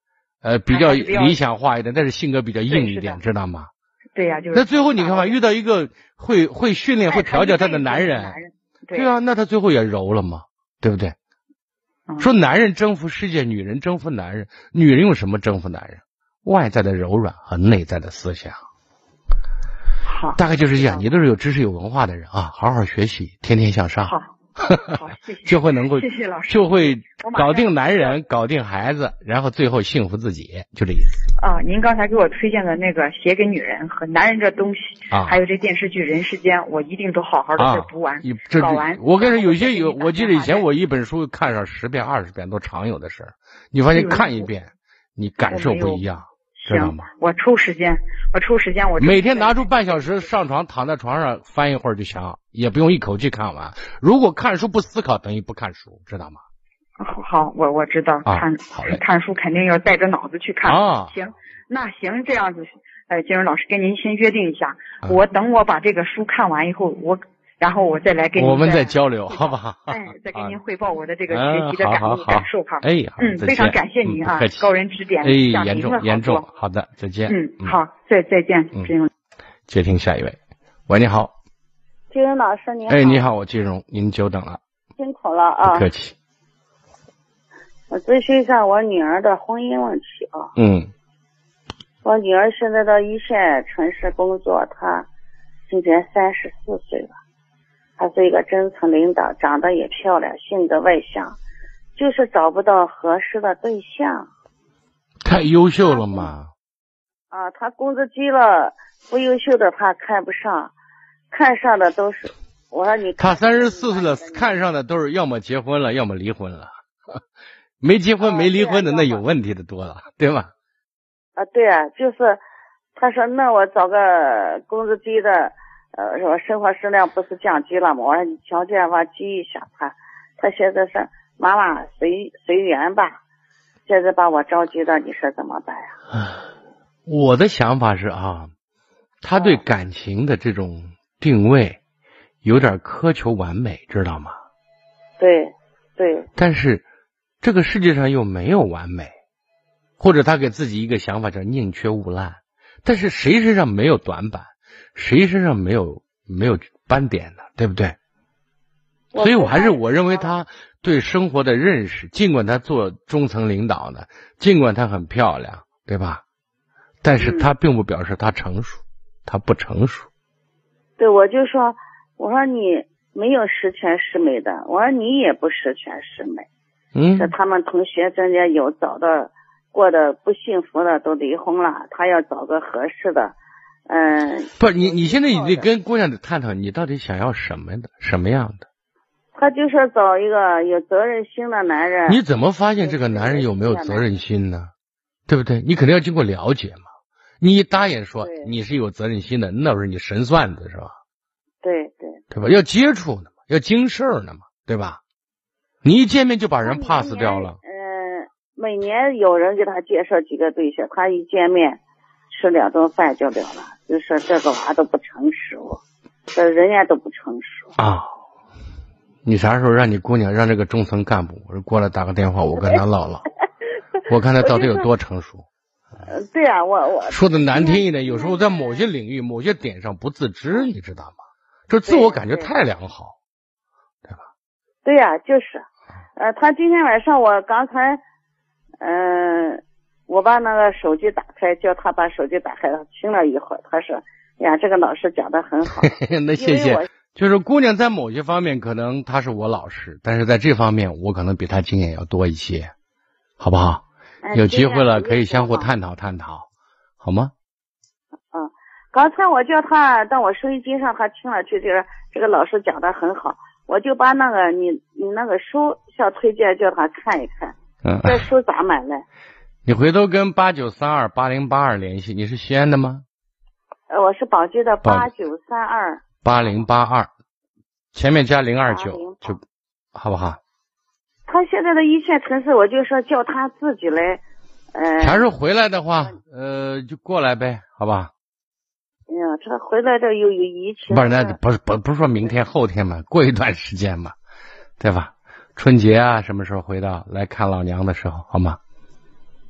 呃比较理想化一点，但是性格比较硬一点，知道吗？ 对呀、啊，就是。 那最后你看吧，遇到一个会会训练、会调教他的男人， 男人对, 对啊，那他最后也柔了嘛，对不对？ 嗯、 说男人征服世界，女人征服男人，女人用什么征服男人？外在的柔软和内在的思想。 好， 大概就是这样。你都是有知识、有文化的人啊，好好学习，天天向上。 好，好，谢谢。 就会能够， 谢谢老师， 就会搞定男人，搞定孩子，然后最后幸福自己，就这意思。 啊，您刚才给我推荐的那个写给女人和男人这东西， 啊， 还有这电视剧《人世间》，我一定都好好的再读完， 啊、这搞完。 我跟你说，有些有，我记得以前我一本书看上十遍、二十遍都常有的事儿。你发现看一遍，你感受不一样。知道吗？ 我抽时间，我抽时间，我每天拿出半小时上床，躺在床上翻一会儿就行，也不用一口气看完。如果看书不思考，等于不看书，知道吗？ 好，好，我我知道， 啊、 看好嘞看书肯定要带着脑子去看。 啊， 行，那行，这样子，呃，金荣老师跟您先约定一下，啊、我等我把这个书看完以后，我。然后我再来跟您我们再交流，好不好？ 哎，再跟您汇报我的这个学习的感悟、 嗯、 感受哈。 哎， 嗯，非常感谢您啊， 嗯、 高人指点， 哎，严重严重，好的，再见。 嗯，好，再再见，金荣、 嗯。接听下一位，喂，你好， 金荣老师您好。 哎，你好，我金荣，您久等了， 辛苦了啊， 不客气。 我咨询一下我女儿的婚姻问题啊。 嗯。 我女儿现在到一线城市工作，她今年三十四岁了。她是一个中层领导，长得也漂亮，性格外向，就是找不到合适的对象。 太优秀了嘛？ 啊，她工资低了，不优秀的她看不上，看上的都是我说你。 她三十四岁了，看上的都是要么结婚了，要么离婚了。没结婚、没离婚的那有问题的多了，对吧？ 啊，对啊，就是她说那我找个工资低的。呃，说生活质量不是降低了吗？我说你条件吧低一下，他他现在是妈妈随随缘吧，现在把我着急的，你说怎么办呀？ 我的想法是啊，他对感情的这种定位有点苛求完美，知道吗？ 对对。 但是这个世界上又没有完美，或者他给自己一个想法叫宁缺毋滥，但是谁身上没有短板？谁身上没有没有斑点的，对不对？所以我还是我认为他对生活的认识，尽管他做中层领导呢，尽管他很漂亮，对吧？但是他并不表示他成熟，嗯、他不成熟。 对，我就说，我说你没有十全十美的，我说你也不十全十美。 嗯。 这他们同学中间有找的过得不幸福的都离婚了，他要找个合适的。嗯， 不，你你现在你得跟姑娘得探讨，你到底想要什么的，什么样的？ 他就是找一个有责任心的男人。 你怎么发现这个男人有没有责任心呢？对不对？你肯定要经过了解嘛。你一答应说你是有责任心的，那是你神算的是吧？ 对对， 对吧？要接触呢嘛，要经事儿呢嘛，对吧？你一见面就把人 pass 掉了。 嗯、呃，每年有人给他介绍几个对象，他一见面。吃两顿饭就了了，就说这个娃都不成熟，这人家都不成熟啊！你啥时候让你姑娘让这个中层干部过来打个电话，我跟他唠唠，我看他到底有多成熟。 呃，对啊，我我说的难听一点，有时候在某些领域、某些点上不自知，你知道吗？这自我感觉太良好，对吧？ 对呀、啊，就是，呃，他今天晚上我刚才，嗯、呃。我把那个手机打开，叫他把手机打开，听了一会儿，他说：“呀，这个老师讲的很好。” 那谢谢。就是姑娘在某些方面可能她是我老师，但是在这方面我可能比她经验要多一些，好不好？ 哎、 有机会了可以相互探讨探讨，好吗？ 嗯，刚才我叫他到我收音机上，他听了就觉得这个老师讲的很好，我就把那个你你那个书想推荐叫他看一看。嗯。这书咋买的？ 你回头跟八九三二八零八二联系，你是西安的吗？ 呃，我是宝鸡的八九三二八零八二，前面加零二九就，好不好？ 他现在的一线城市，我就说叫他自己来，呃。 啥时候回来的话，呃，就过来呗，好吧？ 哎呀，他回来这又有疫情。 不是，那不是不不是说明天后天嘛，过一段时间嘛，对吧？春节啊，什么时候回到来看老娘的时候，好吗？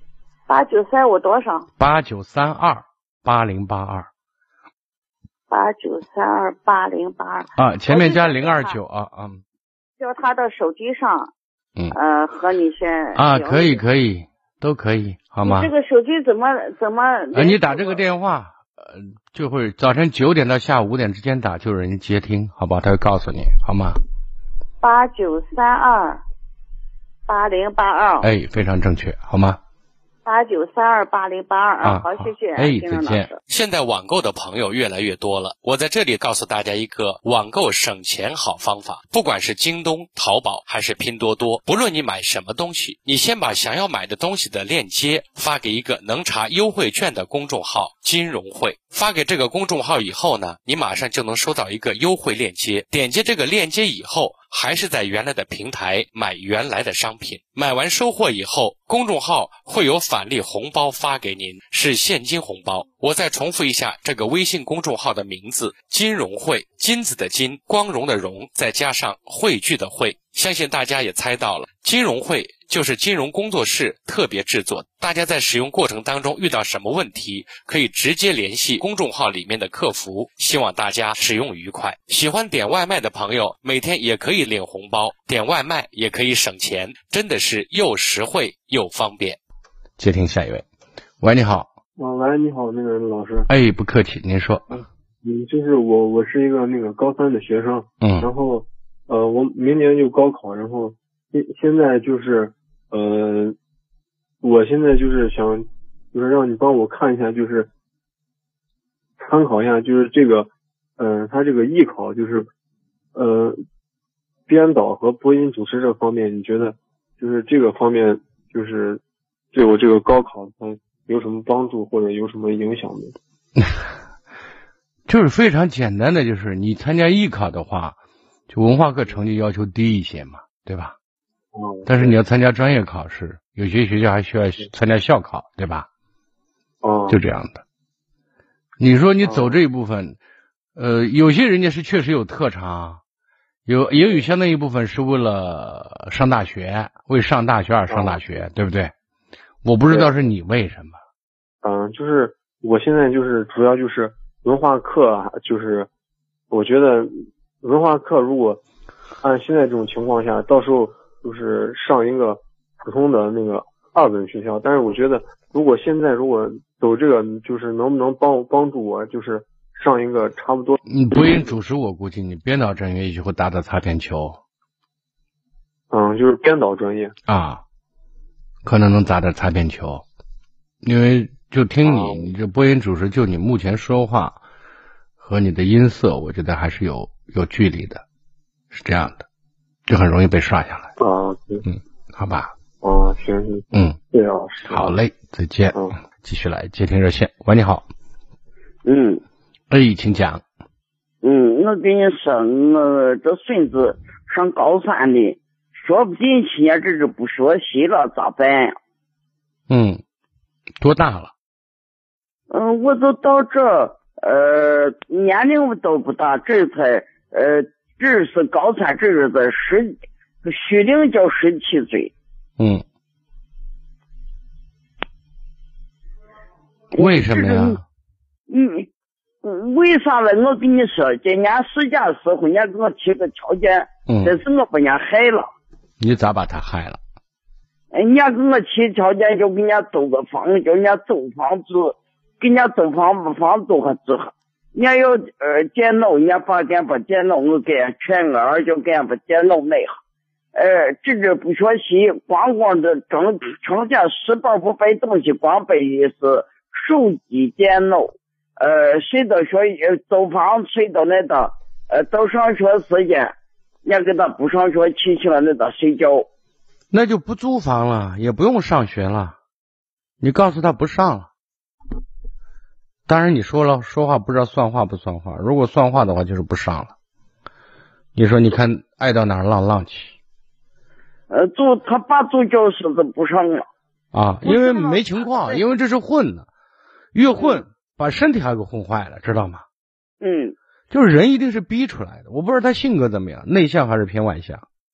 八九三五多少？ 八九三二八零八二。 八九三二八零八二。 啊，前面加零二九啊啊。 叫他的手机上， 嗯呃，和你先啊，可以可以，都可以，好吗？ 你这个手机怎么怎么？ 呃，你打这个电话，呃，就会早晨九点到下午五点之间打，就有人接听，好吧？他会告诉你，好吗？ 八九三二八零八二。 哎，非常正确，好吗？ 八九三二八零八二啊，好，谢谢。 哎，再见。 现在网购的朋友越来越多了，我在这里告诉大家一个网购省钱好方法。不管是京东、淘宝还是拼多多，不论你买什么东西，你先把想要买的东西的链接发给一个能查优惠券的公众号金融汇。发给这个公众号以后呢，你马上就能收到一个优惠链接，点击这个链接以后，还是在原来的平台买原来的商品，买完收货以后，公众号会有返利红包发给您，是现金红包。我再重复一下这个微信公众号的名字：金融汇，金子的金，光荣的荣，再加上汇聚的汇。相信大家也猜到了，金融汇就是金融工作室特别制作。大家在使用过程当中遇到什么问题，可以直接联系公众号里面的客服。希望大家使用愉快。喜欢点外卖的朋友，每天也可以领红包，点外卖也可以省钱，真的是又实惠又方便。 接听下一位。喂，你好。 啊，喂，你好，那个老师。 哎，不客气，您说。 嗯，嗯，就是我，我是一个那个高三的学生。 嗯。 然后，呃，我明年就高考，然后现现在就是，呃，我现在就是想，就是让你帮我看一下，就是参考一下，就是这个，嗯、呃，他这个艺考，就是，呃，编导和播音主持这方面，你觉得就是这个方面，就是对我这个高考它有什么帮助或者有什么影响呢？ 就是非常简单的，就是你参加艺考的话，就文化课成绩要求低一些嘛，对吧？ 哦。 但是你要参加专业考试，有些学校还需要参加校考，对吧？ 哦。 就这样的。你说你走这一部分，呃，有些人家是确实有特长，有也有相当一部分是为了上大学，为上大学而上大学，对不对？我不知道是你为什么。 嗯，就是我现在就是主要就是文化课，就是我觉得文化课如果按现在这种情况下，到时候就是上一个普通的那个二本学校，但是我觉得如果现在如果走这个，就是能不能帮帮助我，就是上一个差不多。 你播音主持，我估计你编导专业也许会打打擦边球。 嗯，就是编导专业啊，可能能打打擦边球，因为就听你，哦、你这播音主持，就你目前说话和你的音色，我觉得还是有有距离的，是这样的，就很容易被刷下来。 啊， 嗯，好吧。 哦，行行， 嗯， 对啊， 好嘞，再见。 嗯， 继续来接听热线。喂，你好。 嗯， 哎，请讲。 嗯，我跟你说，我这孙子上高三的，说不进去呀，这是不学习了，咋办呀？ 嗯，多大了？ 嗯，我都到这，呃，年龄都不大，这才呃，这是高三，这是在十，虚龄叫十七岁。 嗯，为什么呀？ 嗯，为啥呢？我跟你说，今年暑假的时候，人家给我提个条件， 嗯， 但是我把人家害了。 你咋把他害了？ 人家给我提条件，就给人家租个房，叫人家租房住，给人家租房把房租还租下。人家要呃电脑，人家把给把电脑我给全额就给人把电脑买下。呃，这这不学习，光光的整成天十包不背东西，光背的是手机、电脑。呃，谁到学租房，谁到那的，呃，到上学时间，人家给他不上学，起起了那的睡觉。 那就不租房了，也不用上学了。你告诉他不上了。当然你说了，说话不知道算话不算话。如果算话的话，就是不上了。你说，你看爱到哪儿浪浪去。 呃，住他爸住教室都不上了啊，因为没情况，因为这是混的，越混、嗯、把身体还给混坏了，知道吗？ 嗯， 就是人一定是逼出来的。我不知道他性格怎么样，内向还是偏外向。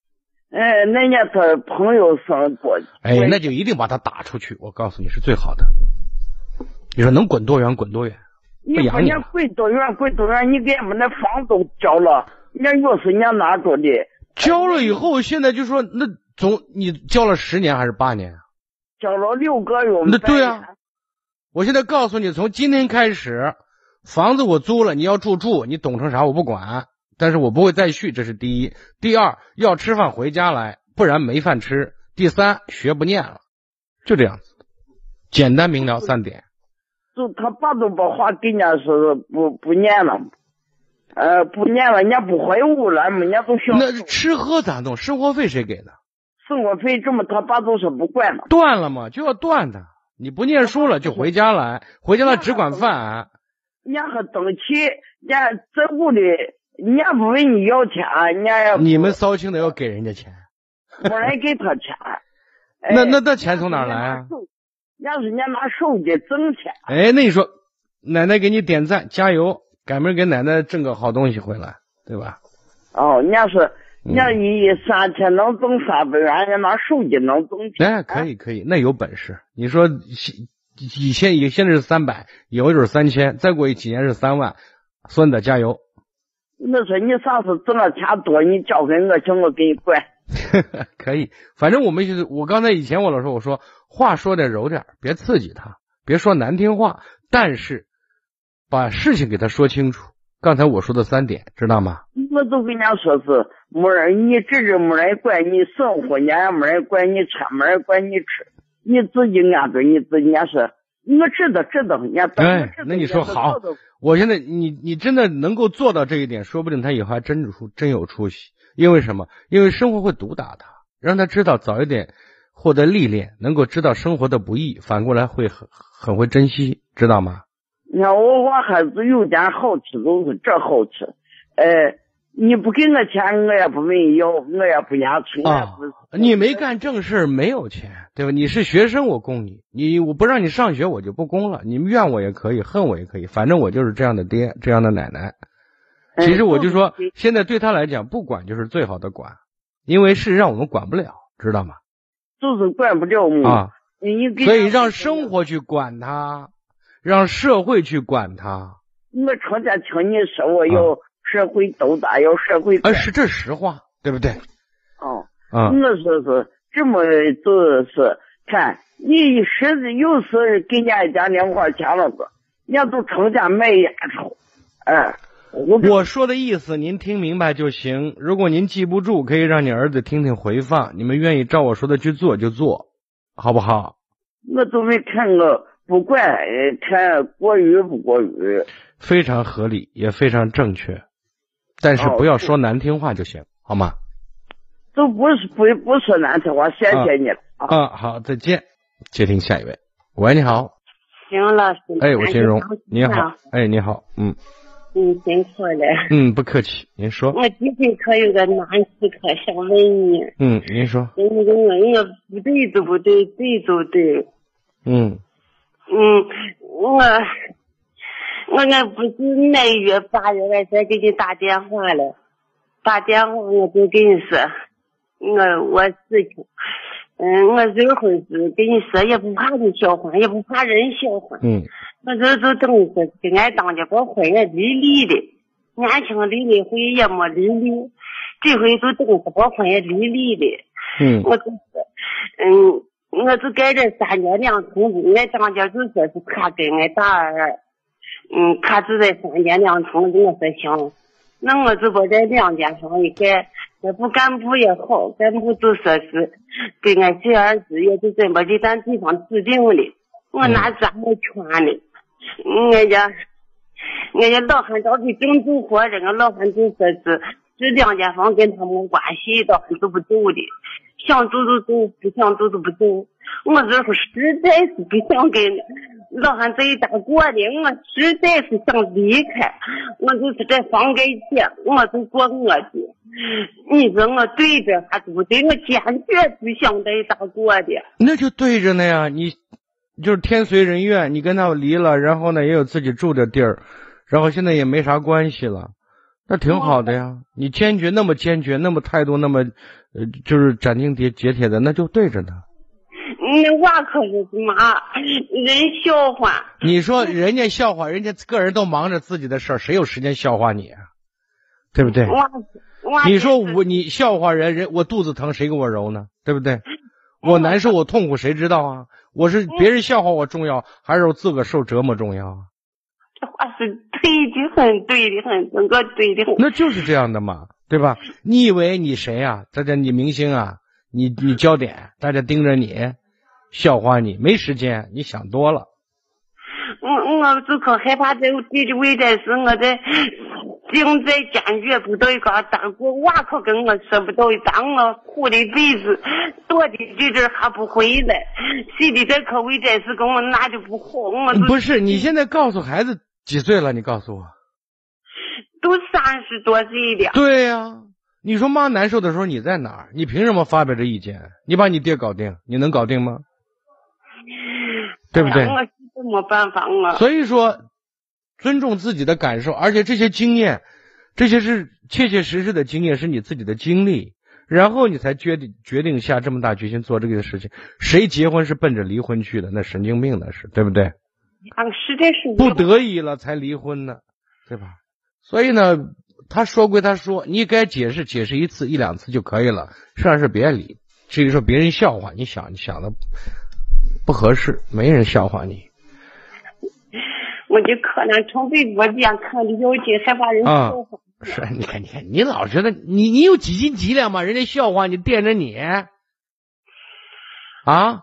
哎，人家他朋友生多。 哎，那就一定把他打出去，我告诉你是最好的。你说能滚多远滚多远，不你养你了。 滚多远滚多远，你给俺们那房都交了，人家钥匙人家拿着的。 交了以后，现在就说那总你交了十年还是八年啊？ 交了六个月。 那对啊，我现在告诉你，从今天开始，房子我租了，你要住住，你懂成啥我不管，但是我不会再续，这是第一。第二，要吃饭回家来，不然没饭吃。第三，学不念了，就这样子，简单明了三点。 就他爸都把话给人家说不不念了，呃不念了，人家不会务了，人家都想。 那吃喝咋弄？生活费谁给的？ 生活费这么他爸都是不管了。 断了嘛，就要断的。你不念书了就回家来，回家来只管饭。 人家还登记，人家这屋里，人家不问你要钱，人家也你们骚情的要给人家钱， 没人给他钱。 那那那钱从哪儿来啊？ 人家人家拿手机挣钱。 哎，那你说，奶奶给你点赞，加油，赶明儿给奶奶挣个好东西回来，对吧？ 哦，人家是。人家一三天能挣三百元，人家拿手机能挣钱。 哎，可以可以，那有本事。你说以前以现在是三百，以后就是三千，再过几年是三万。孙子加油！ 那说你上次挣了钱多，你交给我，行，我给你管。 可以，反正我们就是我刚才以前我老说，我说话说得柔点，别刺激他，别说难听话，但是把事情给他说清楚。刚才我说的三点，知道吗？ 我都跟人家说是没人，你这这没人管你生活，人家没人管你穿，没人管你吃，你自己按着你自己。人家说我知道知道，人家哎，那你说好，我现在你你真的能够做到这一点，说不定他以后还真出真有出息。因为什么？因为生活会毒打他，让他知道早一点获得历练，能够知道生活的不易，反过来会很很会珍惜，知道吗？ 你看我我孩子有点好吃，都是这好吃。呃，你不给我钱，我也不问你要，我也不压吃。 啊，你没干正事，没有钱，对吧？你是学生，我供你，你我不让你上学，我就不供了。你们怨我也可以，恨我也可以，反正我就是这样的爹，这样的奶奶。其实我就说，现在对他来讲，不管就是最好的管，因为是让我们管不了，知道吗？ 就是管不了嘛。 啊， 你所以让生活去管他。让社会去管他。 我成天听你说，我要社会斗打，要社会。 哎，是这实话，对不对？ 哦， 啊， 我说是这么就是看你是有时给人家一点零花钱了个，人家都成天卖烟抽。哎， 我我说的意思您听明白就行。如果您记不住，可以让你儿子听听回放。你们愿意照我说的去做就做，好不好？ 我都没看过。不管看过于不过于， 非常合理，也非常正确，但是不要说难听话就行，哦、好吗？ 都不是不不说难听话，谢谢你了啊！ 啊，好，再见。接听下一位，喂，你好。 金荣老师。 哎，我金荣，你好。哎，你好，嗯。 嗯，辛苦了。 嗯，不客气，您说。 我今天可有个难事可想问你。 嗯，您说。 那个人家不对都不对，对都对。 嗯。 嗯，我我那不是那月八月来才给你打电话了，打电话我就跟你说，我我事情，嗯，我这会是跟你说也不怕你笑话，也不怕人笑话， 嗯， 我这就等于说跟俺当家把婚也离离的，年轻离离回也没离离，这回就等于是把婚也离离的， 嗯， 我就是嗯。我就在这三年两重子，俺当家就说是他跟俺大儿，嗯，他就在三年两重子，我说行，那我就把这两件上一改，我不干部也好，干部就说是跟俺这儿子也就准备这咱地方指定的，我拿专门圈的，俺家俺家老汉到底正走活着，俺老汉就说是这两间房跟他没关系，老汉都不走的。想走就走，不想走就不走。我这会实在是不想跟老汉在一搭过的，我实在是想离开。我就是这房给钱，我就过我的。你说我对着还是不对？我坚决不想在一搭过的。 那就对着呢呀，你就是天随人愿，你跟他离了，然后呢也有自己住的地儿，然后现在也没啥关系了。那挺好的呀，你坚决那么坚决，那么态度那么呃，就是斩钉截截铁的，那就对着呢。 那娃可是妈，人笑话。 你说人家笑话，人家个人都忙着自己的事儿，谁有时间笑话你啊？对不对？你说我你笑话人，人我肚子疼，谁给我揉呢？对不对？我难受，我痛苦，谁知道啊？我是别人笑话我重要，还是我自个受折磨重要啊？ 这话是对的很，对的很，整个对的很。 那就是这样的嘛，对吧？你以为你谁啊？大家你明星啊？你你焦点，大家盯着你，笑话你，没时间，你想多了。 我我就可害怕这这这为的是我在正在监狱不到一个当过，娃可跟我说不到一当我哭的一辈子，躲的这阵还不回来，谁的这可为这事跟我那就不好，我就不是你现在告诉孩子几岁了？你告诉我， 都三十多岁了。 对呀、啊，你说妈难受的时候你在哪儿？你凭什么发表这意见？你把你爹搞定，你能搞定吗？对不对？ 我是没办法啊。 所以说，尊重自己的感受，而且这些经验，这些是切切实实的经验，是你自己的经历，然后你才决定决定下这么大决心做这个事情。谁结婚是奔着离婚去的？那神经病那是，对不对？ 啊，是的是的。 不得已了才离婚呢，对吧？所以呢，他说归他说，你该解释解释一次一两次就可以了，剩下事别理。至于说别人笑话，你想你想的不合适，没人笑话你。 我就可能从微博这样看的了解，才把人笑话。 啊、是，你看，你看，你老觉得你你有几斤几两吗？人家笑话你，惦着你啊，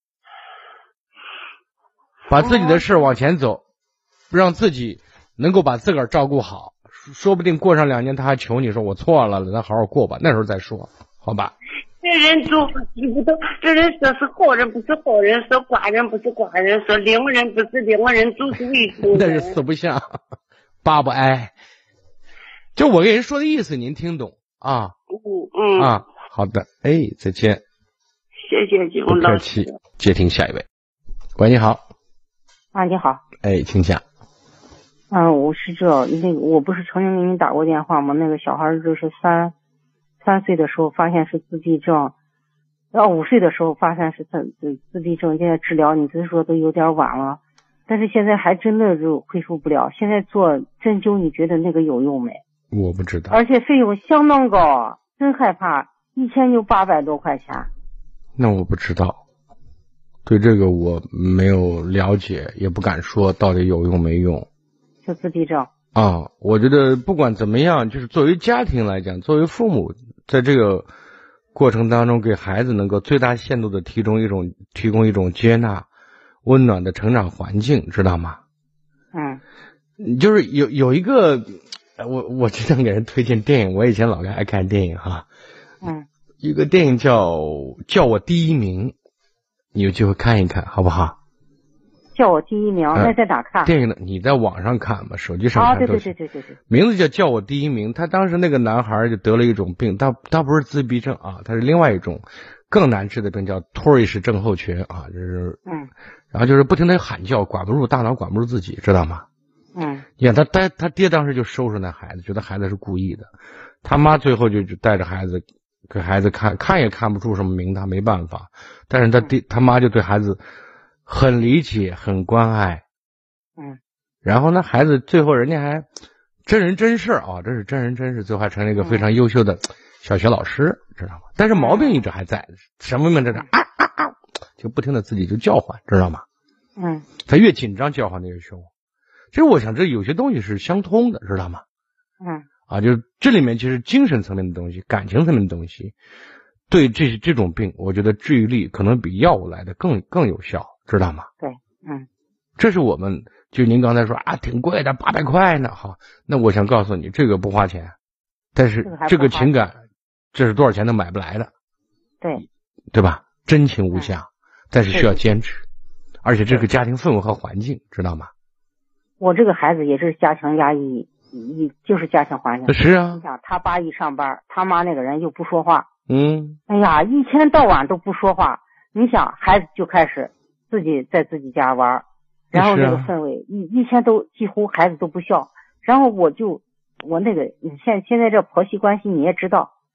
把自己的事往前走，让自己能够把自个儿照顾好，说不定过上两年他还求你说我错了，咱好好过吧，那时候再说，好吧？ 这人就记不得，这人说是好人不是好人，说寡人不是寡人，说灵人不是灵人，就是伪穷人。 那是四不像，八不挨。就我跟人说的意思，您听懂啊？ 嗯嗯啊，好的，哎，再见。 谢谢金不老师。 客气，接听下一位。喂，你好。 啊，你好。 哎，请讲。 嗯，我是这那个，我不是曾经给你打过电话吗？那个小孩就是三三岁的时候发现是自闭症，然后五岁的时候发现是自自自闭症，现在治疗你只是说都有点晚了，但是现在还真的就恢复不了。现在做针灸，你觉得那个有用没？ 我不知道。 而且费用相当高，真害怕，一天就八百多块钱。 那我不知道，对这个我没有了解，也不敢说到底有用没用。 就自闭症啊，我觉得不管怎么样，就是作为家庭来讲，作为父母，在这个过程当中，给孩子能够最大限度的提供一种提供一种接纳、温暖的成长环境，知道吗？ 嗯， 就是有有一个，我我经常给人推荐电影，我以前老爱看电影哈。 嗯， 一个电影叫《叫我第一名》，你有机会看一看，好不好？ 叫我第一名，那在哪看？ 电影的你在网上看吧，手机上看都行。 啊，对对对对对对。 名字叫叫我第一名。他当时那个男孩就得了一种病，他他不是自闭症啊，他是另外一种更难治的病，叫托瑞氏症候群啊，就是嗯， 然后就是不停的喊叫，管不住大脑，管不住自己，知道吗？ 嗯， 你看他他他爹当时就收拾那孩子，觉得孩子是故意的，他妈最后就就带着孩子给孩子看看也看不出什么名堂，没办法，但是他爹他妈就对孩子很理解，很关爱。 嗯， 然后呢，孩子最后人家还真人真事啊，这是真人真事，最后还成了一个非常优秀的小学老师，知道吗？但是毛病一直还在，什么病在这啊啊啊，就不停的自己就叫唤，知道吗？ 嗯， 他越紧张叫唤的越凶。其实我想这有些东西是相通的，知道吗？ 嗯， 啊，就是这里面其实精神层面的东西、感情层面的东西，对这这种病，我觉得治愈力可能比药物来的更更有效，知道吗？ 对，嗯， 这是我们就您刚才说啊，挺贵的，八百块呢，哈，那我想告诉你，这个不花钱，但是这个情感，这是多少钱都买不来的， 对， 对吧？真情无价，但是需要坚持，而且这个家庭氛围和环境，知道吗？ 我这个孩子也是家庭压抑，一就是家庭环境。 是啊， 你想他爸一上班，他妈那个人又不说话， 嗯， 哎呀，一天到晚都不说话。你想，孩子就开始自己在自己家玩，然后这个氛围、啊、一一天都几乎孩子都不笑。然后我就我那个现现在这婆媳关系你也知道，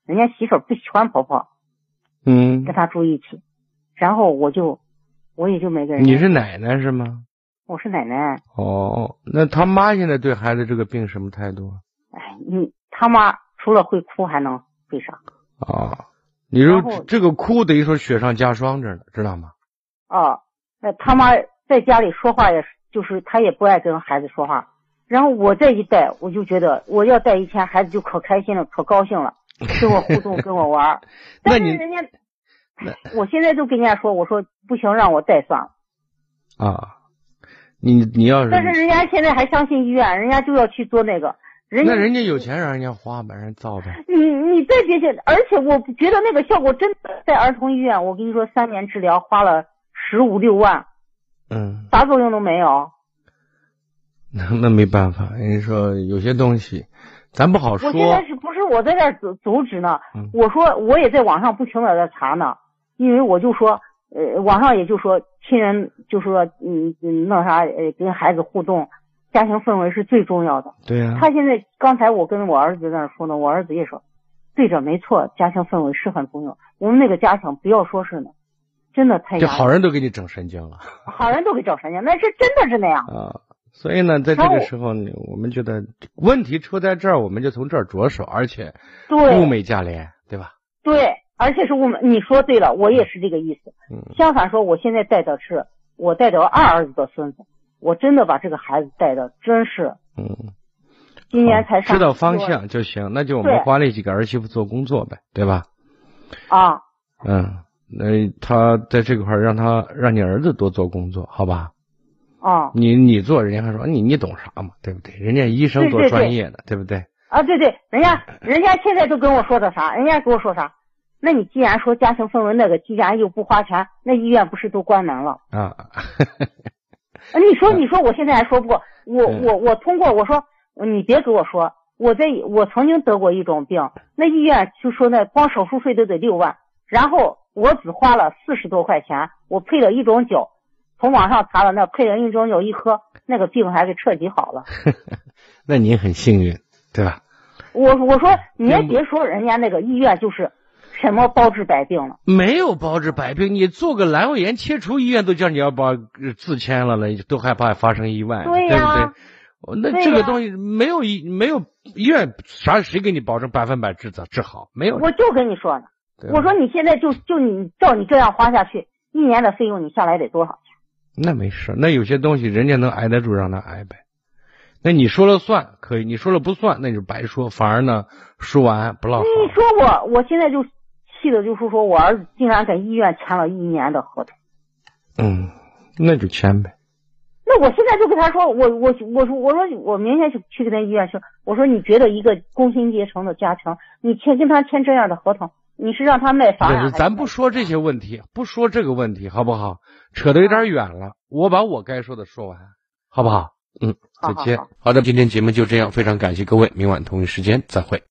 人家媳妇儿不喜欢婆婆， 嗯， 跟他住一起，然后我就我也就没跟人。 你是奶奶是吗？ 我是奶奶。 哦，那他妈现在对孩子这个病什么态度？ 哎，你他妈除了会哭还能会啥？ 啊，你说这个哭等于说雪上加霜着呢，知道吗？ 哦，那他妈在家里说话也是，就是他也不爱跟孩子说话。然后我这一带，我就觉得我要带一天，孩子就可开心了，可高兴了，跟我互动，跟我玩。但是人家，我现在都跟人家说，我说不行，让我带算了。 啊，你你要是， 但是人家现在还相信医院，人家就要去做那个。人那人家有钱让人家花呗，人家造呗。 你你再别去，而且我觉得那个效果真的在儿童医院，我跟你说，三年治疗花了十五六万， 嗯， 啥作用都没有。 那那没办法，人家说有些东西咱不好说。 我现在是不是我在这阻阻止呢？ 嗯、 我说我也在网上不停的在查呢，因为我就说，呃，网上也就说亲人就说，嗯嗯，那啥，呃，跟孩子互动。家庭氛围是最重要的。 对呀、啊。 他现在刚才我跟我儿子在那说呢，我儿子也说，对着没错，家庭氛围是很重要。我们那个家庭不要说是呢，真的太压抑。 这好人都给你整神经了。 好人都给整神经，那是真的是那样啊。所以呢，在这个时候，我们觉得问题出在这儿，我们就从这儿着手，而且物美价廉，对吧？ 对，而且是物美。你说对了，我也是这个意思。 嗯。 相反说，我现在带的是我带的二儿子的孙子。我真的把这个孩子带的真是， 嗯， 今年才上知道方向就行，那就我们花那几个儿媳妇做工作呗，对吧？ 啊， 嗯，那他在这块让他让你儿子多做工作，好吧？ 啊， 你你做，人家还说你你懂啥嘛，对不对？人家医生多专业的， 对, 对, 对, 对不对？ 啊，对对，人家人家现在都跟我说的啥？人家跟我说啥？那你既然说家庭氛围那个，既然又不花钱，那医院不是都关门了啊？ 你说，你说，我现在还说不过，我我我通过我说，你别给我说，我在我曾经得过一种病，那医院就说那光手术费都得六万，然后我只花了四十多块钱，我配了一种酒，从网上查了，那配了一种酒一喝，那个病还给彻底好了。 那你很幸运，对吧？ 我我说你也别说人家那个医院就是什么包治百病了， 没有包治百病，你做个阑尾炎切除，医院都叫你要把自签了了，都害怕发生意外， 对呀、 对不对？那这个东西没有医没有医院啥谁给你保证百分百治治好？没有。 我就跟你说呢，我说你现在就就你照你这样花下去，一年的费用你下来得多少钱？ 那没事，那有些东西人家能挨得住，让他挨呗。那你说了算可以，你说了不算那就白说，反而呢说完不落好。 你说我我现在就气的就是说我儿子竟然跟医院签了一年的合同。 嗯，那就签呗。 那我现在就跟他说，我我我说我说我明天去去跟他医院说，我说你觉得一个工薪阶层的家庭，你签跟他签这样的合同，你是让他卖房呀？ 咱不说这些问题，不说这个问题，好不好？扯得有点远了，我把我该说的说完，好不好？嗯，再见。 好好好好的，今天节目就这样，非常感谢各位，明晚同一时间再会。